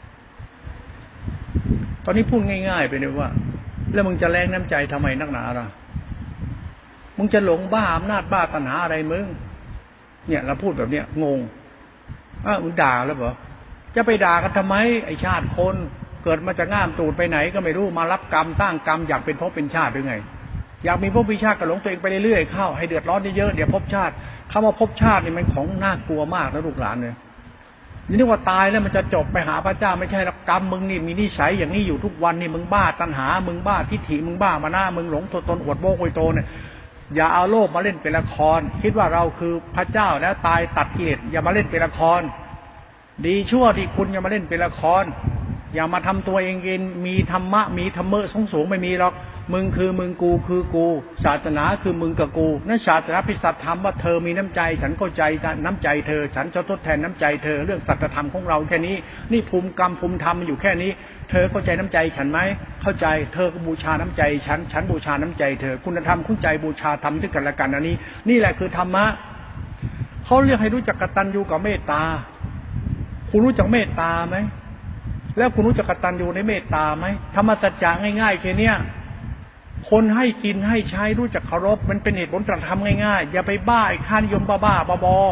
ตอนนี้พูดง่ายๆไปเลยว่าแล้วมึงจะแรงน้ำใจทำไมนักหนาล่ะมึงจะหลงบ้าอำนาจบ้าตัณหาอะไรมึงเนี่ยเราพูดแบบเนี้ยงงอ้าวมึงด่าแล้วเหรอจะไปด่ากันทำไมไอชาติคนเกิดมาจะง่ามตูดไปไหนก็ไม่รู้มารับกรรมตั้งกรรมอยากเป็นภพเป็นชาติหรือไงอยากมีภพเป็นชาติก็หลงตัวเองไปเรื่อยๆเข้าให้เดือดร้อนเยอะๆเดี๋ยวภพชาติคำว่าภพชาตินี่มันของน่ากลัวมากนะลูกหลานเลยนี่นึกว่าตายแล้วมันจะจบไปหาพระเจ้าไม่ใช่หรอกกรรมมึงนี่มีนิสัยอย่างนี้อยู่ทุกวันนี่มึงบ้าตัณหามึงบ้าทิฏฐิมึงบ้ามาหน้ามึงหลงตัวตนอวดโม้อวยโตเนี่ยอย่าเอาโลกมาเล่นเป็นละครคิดว่าเราคือพระเจ้าแล้วตายตัดกิเลสอย่ามาเล่นเป็นละครดีชั่วที่คุณอย่ามาเล่นเป็นละครอย่ามาทำตัวเองเองมีธรรมะมีธรรมะสูงสูงไม่มีหรอกมึงคือมึงกูคือกูศาสนาคือมึงกับกูนั่นศาสนาพิสัตธรรมว่าเธอมีน้ำใจฉันเข้าใจน้ำใจเธอฉันจะทดแทนน้ำใจเธอเรื่องสัจธรรมของเราแค่นี้นี่ภูมิกรรมภูมิธรรมมันอยู่แค่นี้เธอเข้าใจน้ำใจฉันไหมเข้าใจเธอก็บูชาน้ำใจฉันฉันบูชาน้ำใจเธอคุณธรรมคุณใจบูชาธรรมซึ่งกันและกันอันนี้นี่แหละคือธรรมะเขาเรียกให้รู้จักกตัญญูกับเมตตาคุณรู้จักเมตตาไหมแล้วคุณรู้จักกตัญญูในเมตตาไหมธรรมสัจจะง่ายๆแค่เนี้ยคนให้กินให้ใช้รู้จักเคารพมันเป็นเหตุผลทำง่ายๆอย่าไปบ้าไอ้ค่านิยมบ้าๆบอ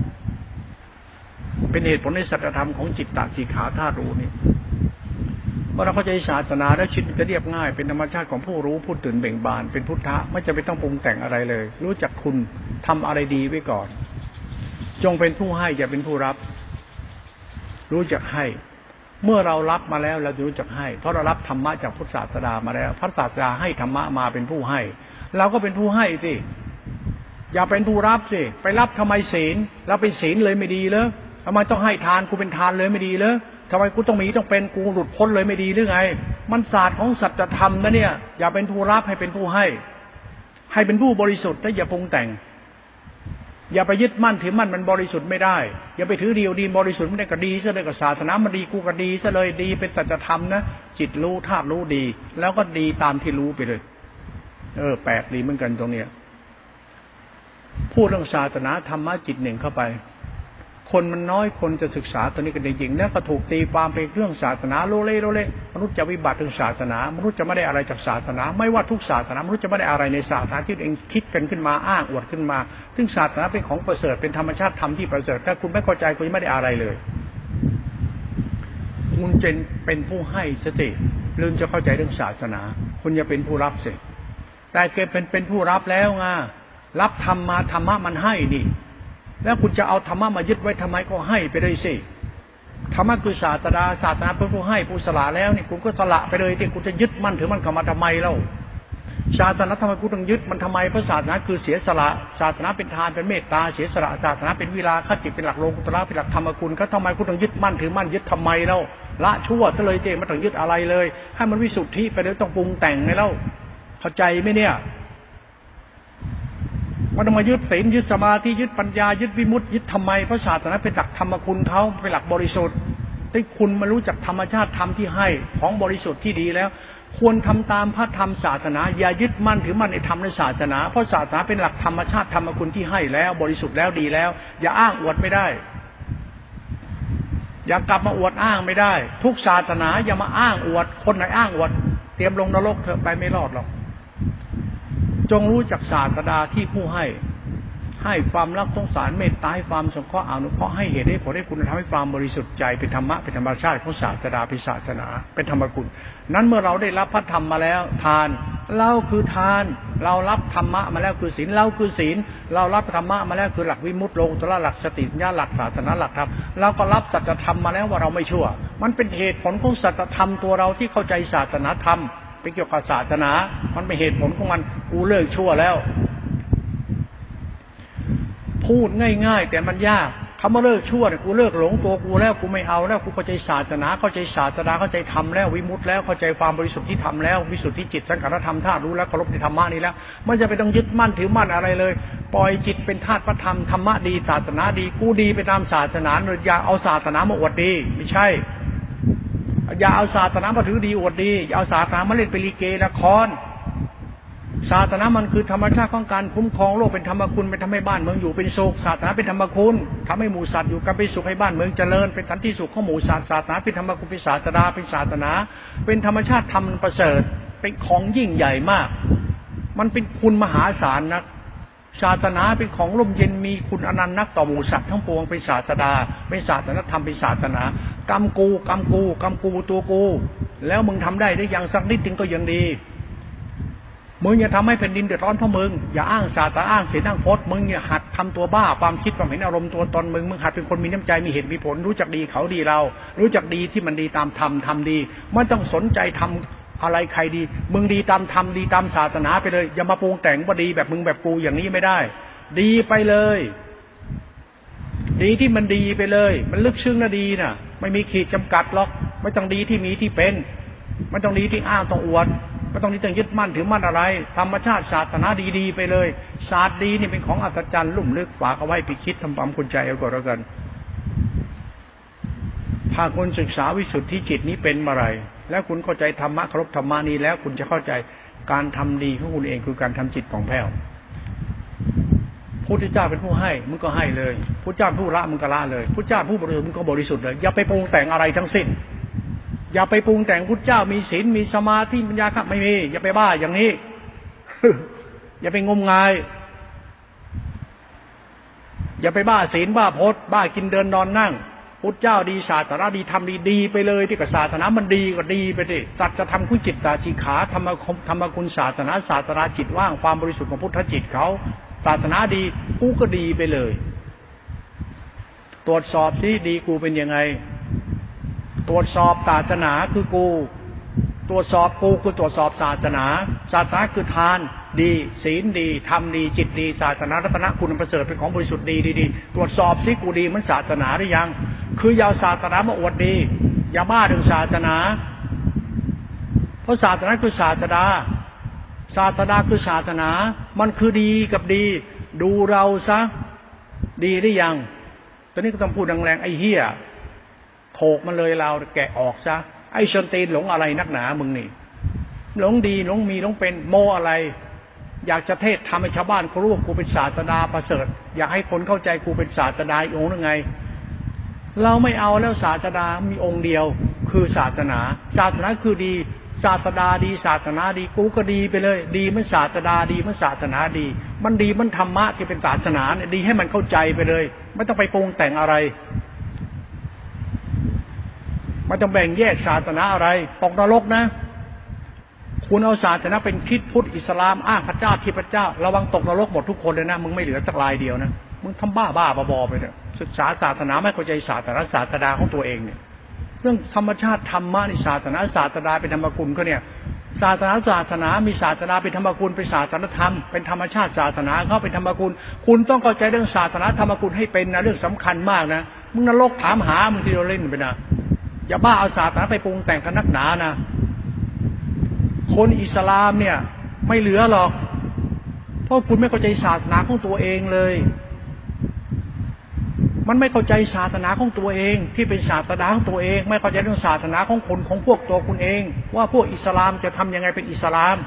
ๆเป็นเหตุผลในสัจธรรมของจิตตสิกขาธาตุรู้นี่เมื่อเราเข้าใจศาสนาแล้วชีวิตจะเรียบง่ายเป็นธรรมชาติของผู้รู้ผู้ตื่นเบ่งบานเป็นพุทธะไม่จำเป็นต้องปรุงแต่งอะไรเลยรู้จักคุณทำอะไรดีไว้ก่อนจงเป็นผู้ให้อย่าเป็นผู้รับรู้จักให้เมื่อเรารับมาแล้วเราจะรู้จักให้เพราะเรารับธรรมะจากพุทธศาสดามาแล้วพระศาสดาให้ธรรมะมาเป็นผู้ให้เราก็เป็นผู้ให้สิอย่าเป็นผู้รับสิไปรับทำไมศีลเราเป็นศีลเลยไม่ดีเหรอทำไมต้องให้ทานกูเป็นทานเลยไม่ดีเหรอทำไมกูต้องมีต้องเป็นกูหลุดพ้นเลยไม่ดีหรือไงมันศาสตร์ของสัจธรรมนะเนี่ยอย่าเป็นผู้รับให้เป็นผู้ให้ให้เป็นผู้บริสุทธิ์และอย่าปรุงแต่งอย่าไปยึดมั่นถือมั่นมันบริสุทธิ์ไม่ได้อย่าไปถือเดียวดีบริสุทธิ์ไม่ได้ก็ดีซะเลยก็ศาสนามันดีกูก็ดีซะเลยดีเป็นสัจธรรมนะจิตรู้ธาตุรู้ดีแล้วก็ดีตามที่รู้ไปเลยเออแปลกดีเหมือนกันตรงเนี้ยพูดเรื่องศาสนาธรรมะจิตหนึ่งเข้าไปคนมันน้อยคนจะศึกษาตัวนี้กันจริงๆแล้วก็ถูกตีความไปเรื่องศาสนาโลเลโลเลมนุษย์จะวิบัติเรื่องศาสนามนุษย์จะไม่ได้อะไรจากศาสนาไม่ว่าทุกศาสนามนุษย์จะไม่ได้อะไรในศาสนาที่เองคิดกันขึ้นมาอ้างอวดขึ้นมาซึ่งศาสนาเป็นของประเสริฐเป็นธรรมชาติธรรมที่ประเสริฐถ้าคุณไม่เข้าใจคุณไม่ได้อะไรเลยคุณจะเป็นผู้ให้สติลืมจะเข้าใจเรื่องศาสนาคุณอย่าเป็นผู้รับสิแต่เกิดเป็นเป็นผู้รับแล้วไงรับธรรมมาธรรมะมันให้นี่แล้วคุณจะเอาธรรมะมายึดไว้ทำไมก็ให้ไปเลยสิธรรมะคือศาสดาศาสนาเป็นผู้ให้ผู้สละแล้วนี่คุณก็สละไปเลยที่คุณจะยึดมั่นถือมันเข้ามาทำไมเล่าศาสนาทำไมคุณต้องยึดมันทำไมเพราะศาสนาคือเสียสละศาสนาเป็นทานเป็นเมตตาเสียสละศาสนาเป็นวิราคะจิตเป็นหลักโลกุตระเป็นหลักธรรมคุณก็ทำไมคุณต้องยึดมั่นถือมั่นยึดทำไมเล่าละชั่วซะเลยเจไม่ต้องยึดอะไรเลยให้มันวิสุทธิไปเลยต้องปรุงแต่งไงเล่าเข้าใจไหมเนี่ยมันต้องมายึดศีลยึดสมาธิยึดปัญญายึดวิมุตติยึดทำไมเพราะศาสนาเป็นหลักธรรมคุณเขาเป็นหลักบริสุทธิ์ที่คุณมารู้จักธรรมชาติธรรมที่ให้ของบริสุทธิ์ที่ดีแล้วควรทำตามพระธรรมศาสนาอย่ายึดมั่นถือมั่นในธรรมในศาสนาเพราะศาสนาเป็นหลักธรรมชาติธรรมคุณที่ให้แล้วบริสุทธิ์แล้วดีแล้วอย่าอ้างอวดไม่ได้อย่ากลับมาอวดอ้างไม่ได้ทุกศาสนาอย่ามาอ้างอวดคนไหนอ้างอวดเตรียมลงนรกเถอะไปไม่รอดหรอกจงรู้จักศาสดาที่ผู้ให้ให้ความรักสงสารเมตตาให้ความสงเคราะห์อนุเคราะห์ให้เหตุให้ผลให้คุณธรรมให้ความบริสุทธิ์ใจเป็นธรรมะเป็นธรรมชาติของศาสดาเป็นศาสนาเป็นธรรมคุณนั้นเมื่อเราได้รับพระธรรมมาแล้วทานเราคือทานเรารับธรรมะมาแล้วคือศีลเราคือศีลเรารับธรรมะมาแล้วคือหลักวิมุตติโลกุตระหลักสติปัญญาหลักศาสนาหลักธรรมเราก็รับสัจธรรมมาแล้วว่าเราไม่ชั่วมันเป็นเหตุผลของสัจธรรมตัวเราที่เข้าใจศาสนาธรรมเป็นเกี่ยวกับศาสนามันเป็นเหตุผลของมันกูเลิกชั่วแล้วพูดง่ายๆแต่มันยากคำว่าเลิกชั่วเนี่ยกูเลิกหลงตัวกูแล้วกูไม่เอาแล้วกูเข้าใจศาสนาเข้าใจศาสนาเข้าใจธรรมแล้ววิมุตติแล้วเข้าใจความบริสุทธิ์ที่ธรรมแล้ววิสุทธิจิตสังขารธรรมธาตุรู้แล้วเคารพในธรรมะนี้แล้วมันจะไปต้องยึดมั่นถือมั่นอะไรเลยปล่อยจิตเป็นธาตุพระธรรมธรรมะดีศาสนาดีกูดีไปตามศาสนาอย่าเอาศาสนามาอวดดีไม่ใช่อย่าเอาศาสนามาถือดีอวดดีอย่าเอาศาสนามาเล่นเป็นลิเกละครศาสนามันคือธรรมชาติของการคุ้มครองโลกเป็นธรรมคุณเป็นทำให้บ้านเมืองอยู่เป็นสุขศาสนาเป็นธรรมคุณทำให้หมู่สัตว์อยู่กันเป็นสุขให้บ้านเมืองเจริญเป็นสันติสุขของหมู่สัตว์ศาสนาเป็นธรรมคุณเป็นศาสดาเป็นศาสนาเป็นธรรมชาติธรรมประเสริฐเป็นของยิ่งใหญ่มากมันเป็นคุณมหาศาลนักศาสนาเป็นของร่มเย็นมีคุณอนันต์นักต่อหมู่สัตว์ทั้งปวงเป็นศาสดาเป็นศาสนธรรมเป็นศาสนากรรมกูกรรมกูกรรมกูตัวกูแล้วมึงทำได้ได้อย่างสักนิดนึงก็ยังดีมึงอย่าทำให้แผ่นดินเดือดร้อนเพราะมึงอย่าอ้างศาสตร์อ้างศีลอ้างพจน์มึงอย่าหัดทำตัวบ้าความคิดความเห็นอารมณ์ตัวตนมึงมึงหัดเป็นคนมีน้ำใจมีเหตุมีผลรู้จักดีเขาดีเรารู้จักดีที่มันดีตามธรรมทำดีไม่ต้องสนใจทำอะไรใครดีมึงดีตามธรรมดีตามศาสนาไปเลยอย่ามาปรุงแต่งว่าดีแบบมึงแบบกูอย่างนี้ไม่ได้ดีไปเลยดีที่มันดีไปเลยมันลึกซึ้งนะดีน่ะไม่มีขีดจำกัดหรอกไม่ต้องดีที่มีที่เป็นไม่ต้องดีที่อ้างต้องอวดไม่ต้องนี่ต้องยึดมั่นถือมั่นอะไรธรรมชาติศาสนาดีๆไปเลยศาสตร์ดีนี่เป็นของอัศจรรย์ลุ่มลึกฝากเอาไว้ไปคิดทำความเข้าใจเอาก่อนแล้วกันถ้าคุณศึกษาวิสุทธิจิตนี้เป็นเมื่อไรแล้วคุณเข้าใจธรรมะเคารพธรรมานี้แล้วคุณจะเข้าใจการทำดีของคุณเองคือการทำจิตของแผ้วพุทธเจ้าเป็นผู้ให้มึงก็ให้เลยพุทธเจ้าผู้ละมึงก็ละเลยพุทธเจ้าผู้บริสุทธิ์มึงก็บริสุทธิ์เลยอย่าไปปรุงแต่งอะไรทั้งสิ้นอย่าไปปรุงแต่งพุทธเจ้ามีศีลมีสมาธิปัญญาครับไม่มีอย่าไปบ้าอย่างนี้อย่าไปงมงายอย่าไปบ้าศีลบ้าพจน์บ้ากินเดินนอนนั่งพุทธเจ้าดีศาสนาดีทำดีดีไปเลยที่กับศาสนามันดีก็ดีไปดิสัจธรรมคุณจิตตาจิขาธรรมธรรมคุณศาสนาศาสนาจิตว่างความบริสุทธิ์ของพุทธจิตเขาศาสนาดีกูก็ดีไปเลยตรวจสอบที่ดีกูเป็นยังไงตรวจสอบศาสนาคือกูตรวจสอบกูคือตรวจสอบศาสนาศาสนาคือทานดีศีลดีธรรมดีจิตดีศาสนารัตนคุณประเสริฐเป็นของบริสุทธิ์ดีดีๆตรวจสอบซิกูดีมันศาสนาหรือยังคืออย่าศาสนามาอวดดีอย่าบ้าถึงศาสนาเพราะศาสนาคือศาสดาศาสดาคือศาสนามันคือดีกับดีดูเราซะดีหรือยังตอนนี้ก็ต้องพูดแรงๆไอ้เหี้ยโขกมันเลยเราแกะออกซะไอ้ชนตีนหลงอะไรนักหนามึงนี่หลงดีหลงมีหลงเป็นโมอะไรอยากจะเทศทำให้ชาวบ้านเขารู้ว่ากูเป็นศาสดาประเสริฐอยากให้คนเข้าใจกูเป็นศาสดาองค์นึงไงเราไม่เอาแล้วศาสดามีองค์เดียวคือศาสนาศาสนาคือดีศาสดาดีศาสนาดีกูก็ดีไปเลยดีมันศาสดาดีมันศาสนาดีมันดีมันธรรมะที่เป็นศาสนาเนี่ยดีให้มันเข้าใจไปเลยไม่ต้องไปปรุงแต่งอะไรไม่ต้องแบ่งแยกศาสนาอะไรตกนรกนะคุณเอาศาสนาเป็นคริสต์พุทธอิสลามอ้างพระเจ้าที่พระเจ้าระวังตกนรกหมดทุกคนเลยนะมึงไม่เหลือสักรายเดียวนะมึงทำบ้าบ้าบอๆไปเนี่ยศึกษาศาสนาไม่เข้าใจศาสนาศาสดาของตัวเองเนี่ยเรื่องธรรมชาติธรรมะในศาสนาศาสดาเป็นธรรมกุลก็เนี่ยศาสนาศาสนามีศาสนาเป็นธรรมกุลเป็นศาสนธรรมเป็นธรรมชาติศาสนาเขาเป็นธรรมกุลคุณต้องเข้าใจเรื่องศาสนาธรรมกุลให้เป็นนะเรื่องสำคัญมากนะมึงนรกถามหามึงที่เราเล่นไปนะอย่าบ้าเอาศาสนาไปปรุงแต่งกันนักหนานะคนอิสลามเนี่ยไม่เหลือหรอกเพราะคุณไม่เข้าใจศาสนาของตัวเองเลยมันไม่เข้าใจศาสนาของตัวเองที่เป็นศาสนาของตัวเองไม่เข้าใจเรื่องศาสนาของคนของพวกตัวคุณเองว่าพวกอิสลามจะทำยังไงเป็นอิสลาม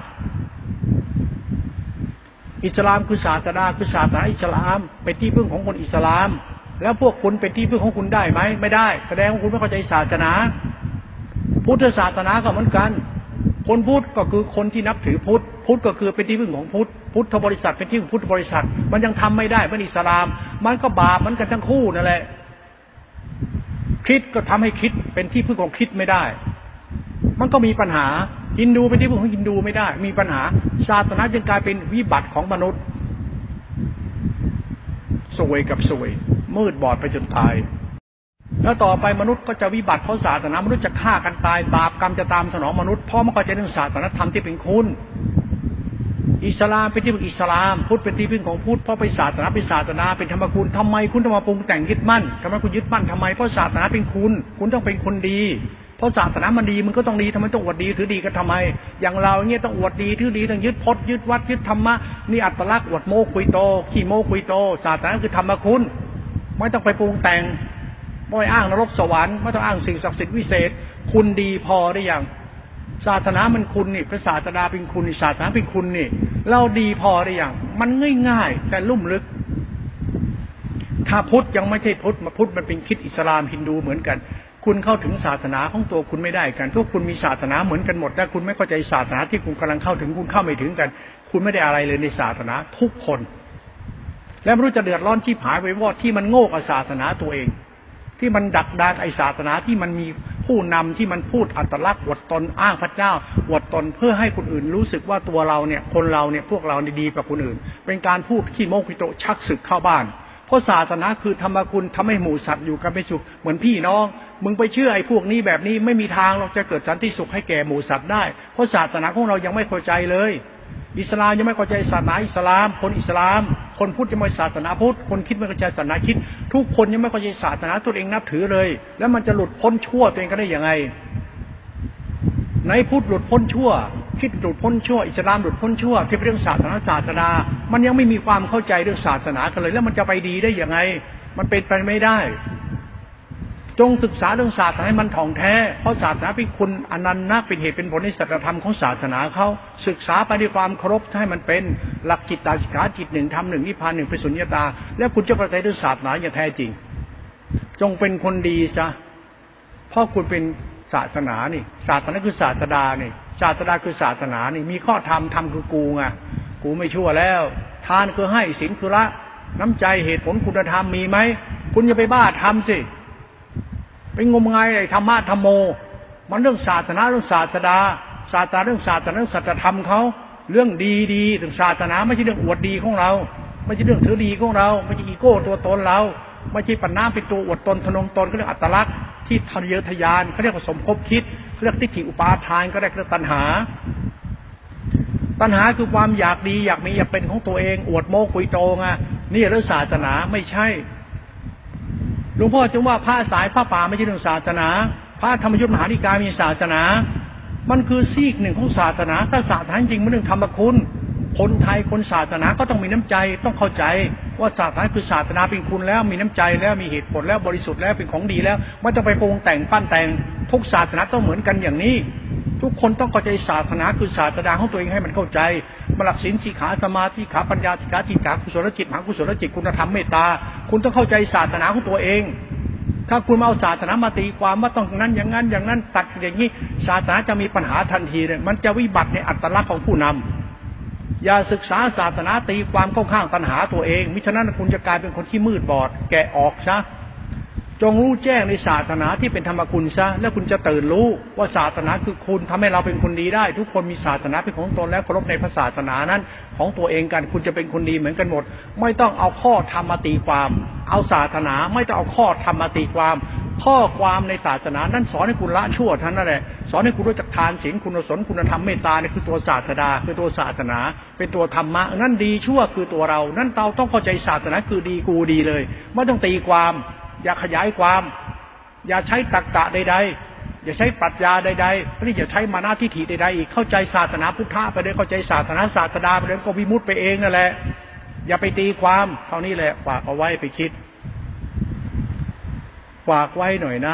อิสลามคือศาสนาคือศาสนาอิสลามเป็นที่พึ่งของคนอิสลามแล้วพวกคุณเป็นที่พึ่งของคุณได้ไหมไม่ได้แสดงว่าคุณไม่เข้าใจศาสนาพุทธศาสนาก็เหมือนกันคนพุทธก็คือคนที่นับถือพุทธพุทธก็คือเป็นที่พึ่งของพุทธพุทธบริษัทเป็นที่พึ่งพุทธบริษัทมันยังทำไม่ได้เหมือนอิสลามมันก็บาปมันกันทั้งคู่นั่นแหละคริสต์ก็ทำให้คริสต์เป็นที่พึ่งของคริสต์ไม่ได้มันก็มีปัญหาฮินดูเป็นที่พึ่งของฮินดูไม่ได้มีปัญหาศาสนาจึงกลายเป็นวิบัติของมนุษย์สวยกับสวยมืดบอดไปจนตายแล้วต่อไปมนุษย์ก็จะวิบัติเพราะศาสนามนุษย์จะฆ่ากันตายบาปกรรมจะตามสนองมนุษย์เพราะมันก็จะเรื่องศาสนธรรมที่เป็นคุณอิสลามเป็นที่พึ่งอิสลามพุทธเป็นที่พึ่งของพุทธเพราะเป็นศาสนาเป็นศาสนาเป็นธรรมคุณทำไมคุณต้องมาปรุงแต่งยึดมั่นทำไมคุณยึดมั่นทำไมเพราะศาสนาเป็นคุณคุณต้องเป็นคนดีเพราะศาสนามันดีมันก็ต้องดีทำไมต้องอวดดีถือดีกันทำไมอย่างเราเงี้ยต้องอวดดีถือดีต้องยึดพจน์ยึดวัดยึดธรรมะนี่อัตลักษณ์อวดโมคุยโตขี้โมคุยโตศาสนาคือธรรมคุณไม่ต้องไปปรุงแต่งไม่อ้างนรกสวรรค์ไม่ต้องอ้างสิ่งศักดิ์สิทธิ์วิเศษคุณดีพอได้ยังศาสนามันคุณนี่พระศาสดาเป็นคุณศาสนาเป็นคุณนี่เราดีพอได้ยังมันง่ายๆแต่ลุ่มลึกถ้าพุทธยังไม่ใช่พุทธมาพุทธมันเป็นคริสต์อิสลามฮินดูเหมือนกันคุณเข้าถึงศาสนาของตัวคุณไม่ได้กันทุกคุณมีศาสนาเหมือนกันหมดแต่คุณไม่เข้าใจศาสนาที่คุณกำลังเข้าถึงคุณเข้าไม่ถึงกันคุณไม่ได้อะไรเลยในศาสนาทุกคนและไม่รู้จะเดือดร้อนที่หายไปว่าที่มันโง่กับศาสนาตัวเองที่มันดักดานไอศาสนาที่มันมีผู้นำที่มันพูดอัตลักษณ์อวดตนอ้างพระเจ้าอวดตนเพื่อให้คนอื่นรู้สึกว่าตัวเราเนี่ยคนเราเนี่ยพวกเราดีกว่าคนอื่นเป็นการพูดขี้โม้ขี้โตชักศึกเข้าบ้านเพราะศาสนาคือธรรมคุณทำให้หมู่สัตว์อยู่กันเป็นสุขเหมือนพี่น้องมึงไปเชื่อไอ้พวกนี้แบบนี้ไม่มีทางเราจะเกิดสันติสุขให้แก่หมู่สัตว์ได้เพราะศาสนาของเรายังไม่เข้าใจเลยอิสลามยังไม่เข้าใจศาสนาอิสลามคนอิสลามคนพุทธยังไม่ศาสนาพุทธคนคิดไม่เข้าใจศาสนาคิดทุกคนยังไม่เข้าใจศาสนาตัวเองนับถือเลยแล้วมันจะหลุดพ้นชั่วตัวเองก็ได้ยังไงในพุทธหลุดพ้นชั่วคิดหลุดพ้นชั่วอิสลามหลุดพ้นชั่วที่เป็นเรื่องศาสนาศาสนามันยังไม่มีความเข้าใจเรื่องศาสนากันเลยแล้วมันจะไปดีได้ยังไงมันเป็นไปไม่ได้จงศึกษาเรื่องศาสนาให้มันถ่องแท้เพราะศาสนาเป็นคุณอนันต์นะเป็นเหตุเป็นผลในสัจธรรมของศาสนาเขาศึกษาไปด้วยความเคารพให้มันเป็นหลักจิตตาสิกขาจิตหนึ่งธรรมหนึ่งนิพพานหนึ่งเป็นสุญญตาแล้วคุณจะเข้าใจเรื่องศาสนาอย่างแท้จริงจงเป็นคนดีซะเพราะคุณเป็นศาสนานี่ศาสนาคือศาสดานี่ศาสดาคือศาสนานี่มีข้อธรรมธรรมคือกูไงกูไม่ชั่วแล้วทานคือให้ศีลคือละน้ำใจเหตุผลคุณธรรมมีไหมคุณอย่าไปบ้าทำสิไปงมงายไอ้ธรรมะธรรมโมมันเรื่องศาสนาเรื่องศาสดาศาสนาเรื่องศาสนาเรื่องสัจธรรมเขาเรื่องดีดีเรื่องศาสนาไม่ใช่เรื่องอวดดีของเราไม่ใช่เรื่องถือดีของเราไม่ใช่อีโก้ตัวตนเราไม่ใช่ปัญญาเป็นตัวอวดตนทนงตนก็เรียกอัตลักษณ์ที่ทะเยอทะยานเขาเรียกว่าสมคบคิดเขาเรียกทิฏฐิอุปาทานก็ได้เรียกตัณหาตัณหาคือความอยากดีอยากมีอยากเป็นของตัวเองอวดโม้คุยโตไงนี่เรื่องศาสนาไม่ใช่หลวงพ่อจึงว่าพระสายพระป่าไม่ใช่เรื่องศาสนาพระธรรมยุทธมหานิกายมีศาสนามันคือซีกหนึ่งของศาสนาถ้าศาสนาจริงมันเรื่องธรรมคุณคนไทยคนศาสนาก็ต้องมีน้ำใจต้องเข้าใจว่าศาสนาคือศาสนาเป็นคุณแล้วมีน้ำใจแล้วมีเหตุผลแล้วบริสุทธิ์แล้วเป็นของดีแล้วไม่ต้องไปปรุงแต่งปั้นแต่งทุกศาสนาต้องเหมือนกันอย่างนี้ทุกคนต้องเข้าใจศาสนาคือศาสนาของตัวเองให้มันเข้าใจมรรคศีลสิกขาสมาธิขาปัญญาสิกขาจิตขากุศลจิตมหากุศลจิตคุณธรรมเมตตาคุณต้องเข้าใจศาสนาของตัวเองถ้าคุณมาเอาศาสนามาตีความว่าต้องนั้นอย่างนั้นอย่างนั้นตัดอย่างนี้ศาสนาจะมีปัญหาทันทีเลยมันจะวิบัติในอัตลักษณ์ของผู้นำอย่าศึกษาศาสนาตีความเข้าข้างปัญหาตัวเองมิฉะนั้นคุณจะกลายเป็นคนที่มืดบอดแกะออกซะจงรู้แจ้งในศาสนาที่เป็นธรรมคุณซะแล้วคุณจะตื่นรู้ว่าศาสนาคือคุณทำให้เราเป็นคนดีได้ทุกคนมีศาสนาเป็นของตนแล้วเคารพในพระศาสนานั้นของตัวเองกันคุณจะเป็นคนดีเหมือนกันหมดไม่ต้องเอาข้อธรรมมาตีความเอาศาสนาไม่ต้องเอาข้อธรรมมาตีความข้อความในศาสนานั้นสอนให้คุณละชั่วท่านนั่นแหละสอนให้คุณรู้จักทานศีลคุณสนคุณธรรมเมตตาเนี่ยคือตัวศาสดาคือตัวศาสนาเป็นตัวธรรมะนั่นดีชั่วคือตัวเรานั่นเราต้องเข้าใจศาสนาคือดีกูดีเลยไม่ต้องตีความอย่าขยายความอย่าใช้ตรรกะใดๆอย่าใช้ปรัชญาใดๆนี่อย่าใช้มานะทิฏฐิใดๆอีกเข้าใจศาสนาพุทธะไปเลยเข้าใจศาสนาศาสดาไปเลยก็วิมุตติไปเองนั่นแหละอย่าไปตีความเท่านี้แหละฝากเอาไว้ไปคิดฝากไว้หน่อยนะ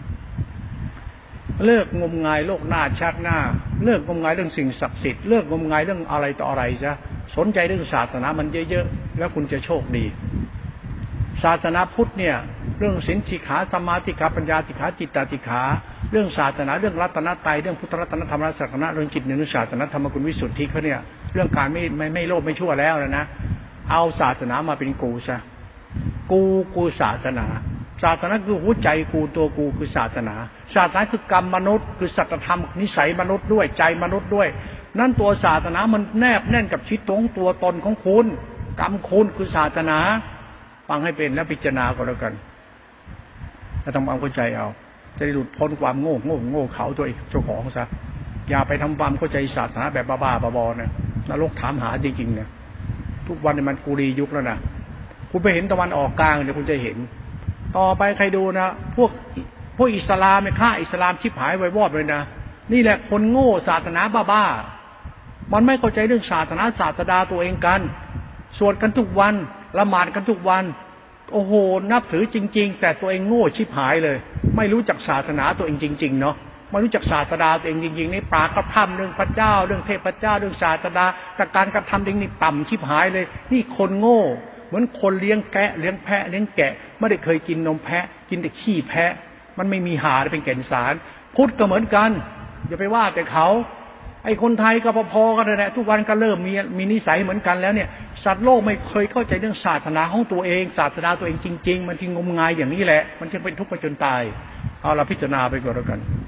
เลิกงมงายโลกหน้าชักหน้าเลิกงมงายเรื่องสิ่งศักดิ์สิทธิ์เลิกงมงายเรื่องอะไรต่ออะไรซะสนใจเรื่องศาสนามันเยอะๆแล้วคุณจะโชคดีศาสนาพุทธเนี่ยเรื่องศีลสิกขาสมาธิขาปัญญาสิกขาจิตตติขาเรื่องศาสนาเรื่องรัตนตรัยเรื่องพุทธรัตนธรรมรัตนเรื่องจิตหนึ่งศาสนาธรรมกุลวิสุทธิเขาเนี่ยเรื่องการไม่ไม่ไม่โลภไม่ชั่วแล้วนะเอาศาสนามาเป็นกูซะกูกูศาสนาศาสนาคือหัวใจกูตัวกูคือศาสนาศาสนาคือกรรมมนุษย์คือสัจธรรมนิสัยมนุษย์ด้วยใจมนุษย์ด้วยนั่นตัวศาสนามันแนบแน่นกับชีวิตของตัวตนของคุณกรรมคุณคือศาสนาฟังให้เป็นแล้วพิจารณาก็แล้วกันแล้วทำความเข้าใจเอาจะได้หลุดพ้นความโง่โง่โง่เขาตัวเองเจ้าของซะอย่าไปทำความเข้าใจศาสนาแบบบ้าๆบอๆนะนรกถามหาจริงๆนะทุกวันนี้มันกุลียุคแล้วนะคุณไปเห็นตะวันออกกลางเดี๋ยวคุณจะเห็นต่อไปใครดูนะพวกพวกอิสลามไม่ฆ่าอิสลามชิบหายไว้วอดเลยนะนี่แหละคนโง่ศาสนาบ้าๆมันไม่เข้าใจเรื่องศาสนาศาสดาตัวเองกันสวดกันทุกวันละหมาดกันทุกวันโอ้โหนับถือจริงๆแต่ตัวเองโง่ชิบหายเลยไม่รู้จักศาสนาตัวเองจริงๆเนาะไม่รู้จักศาสดาตัวเองจริงๆนี่ปากกระพร่ำเรื่องพระเจ้าเรื่องเทพเจ้าเรื่องศาสดาแต่การกระทำจริงนี่ต่ำชิบหายเลยนี่คนโง่เหมือนคนเลี้ยงแกะเลี้ยงแพะเลี้ยงแกะไม่ได้เคยกินนมแพะกินแต่ขี้แพะมันไม่มีหาเป็นแก่นสารพุทธก็เหมือนกันอย่าไปว่าแต่เขาไอ้คนไทยก็พอๆกันแหละทุกวันก็เริ่มมีมีนิสัยเหมือนกันแล้วเนี่ยสัตว์โลกไม่เคยเข้าใจเรื่องศาสนาของตัวเองศาสนาตัวเองจริงๆมันจึงงมงายอย่างนี้แหละมันจึงเป็นทุกข์ไปจนตายเอาละพิจารณาไปก่อนแล้วกัน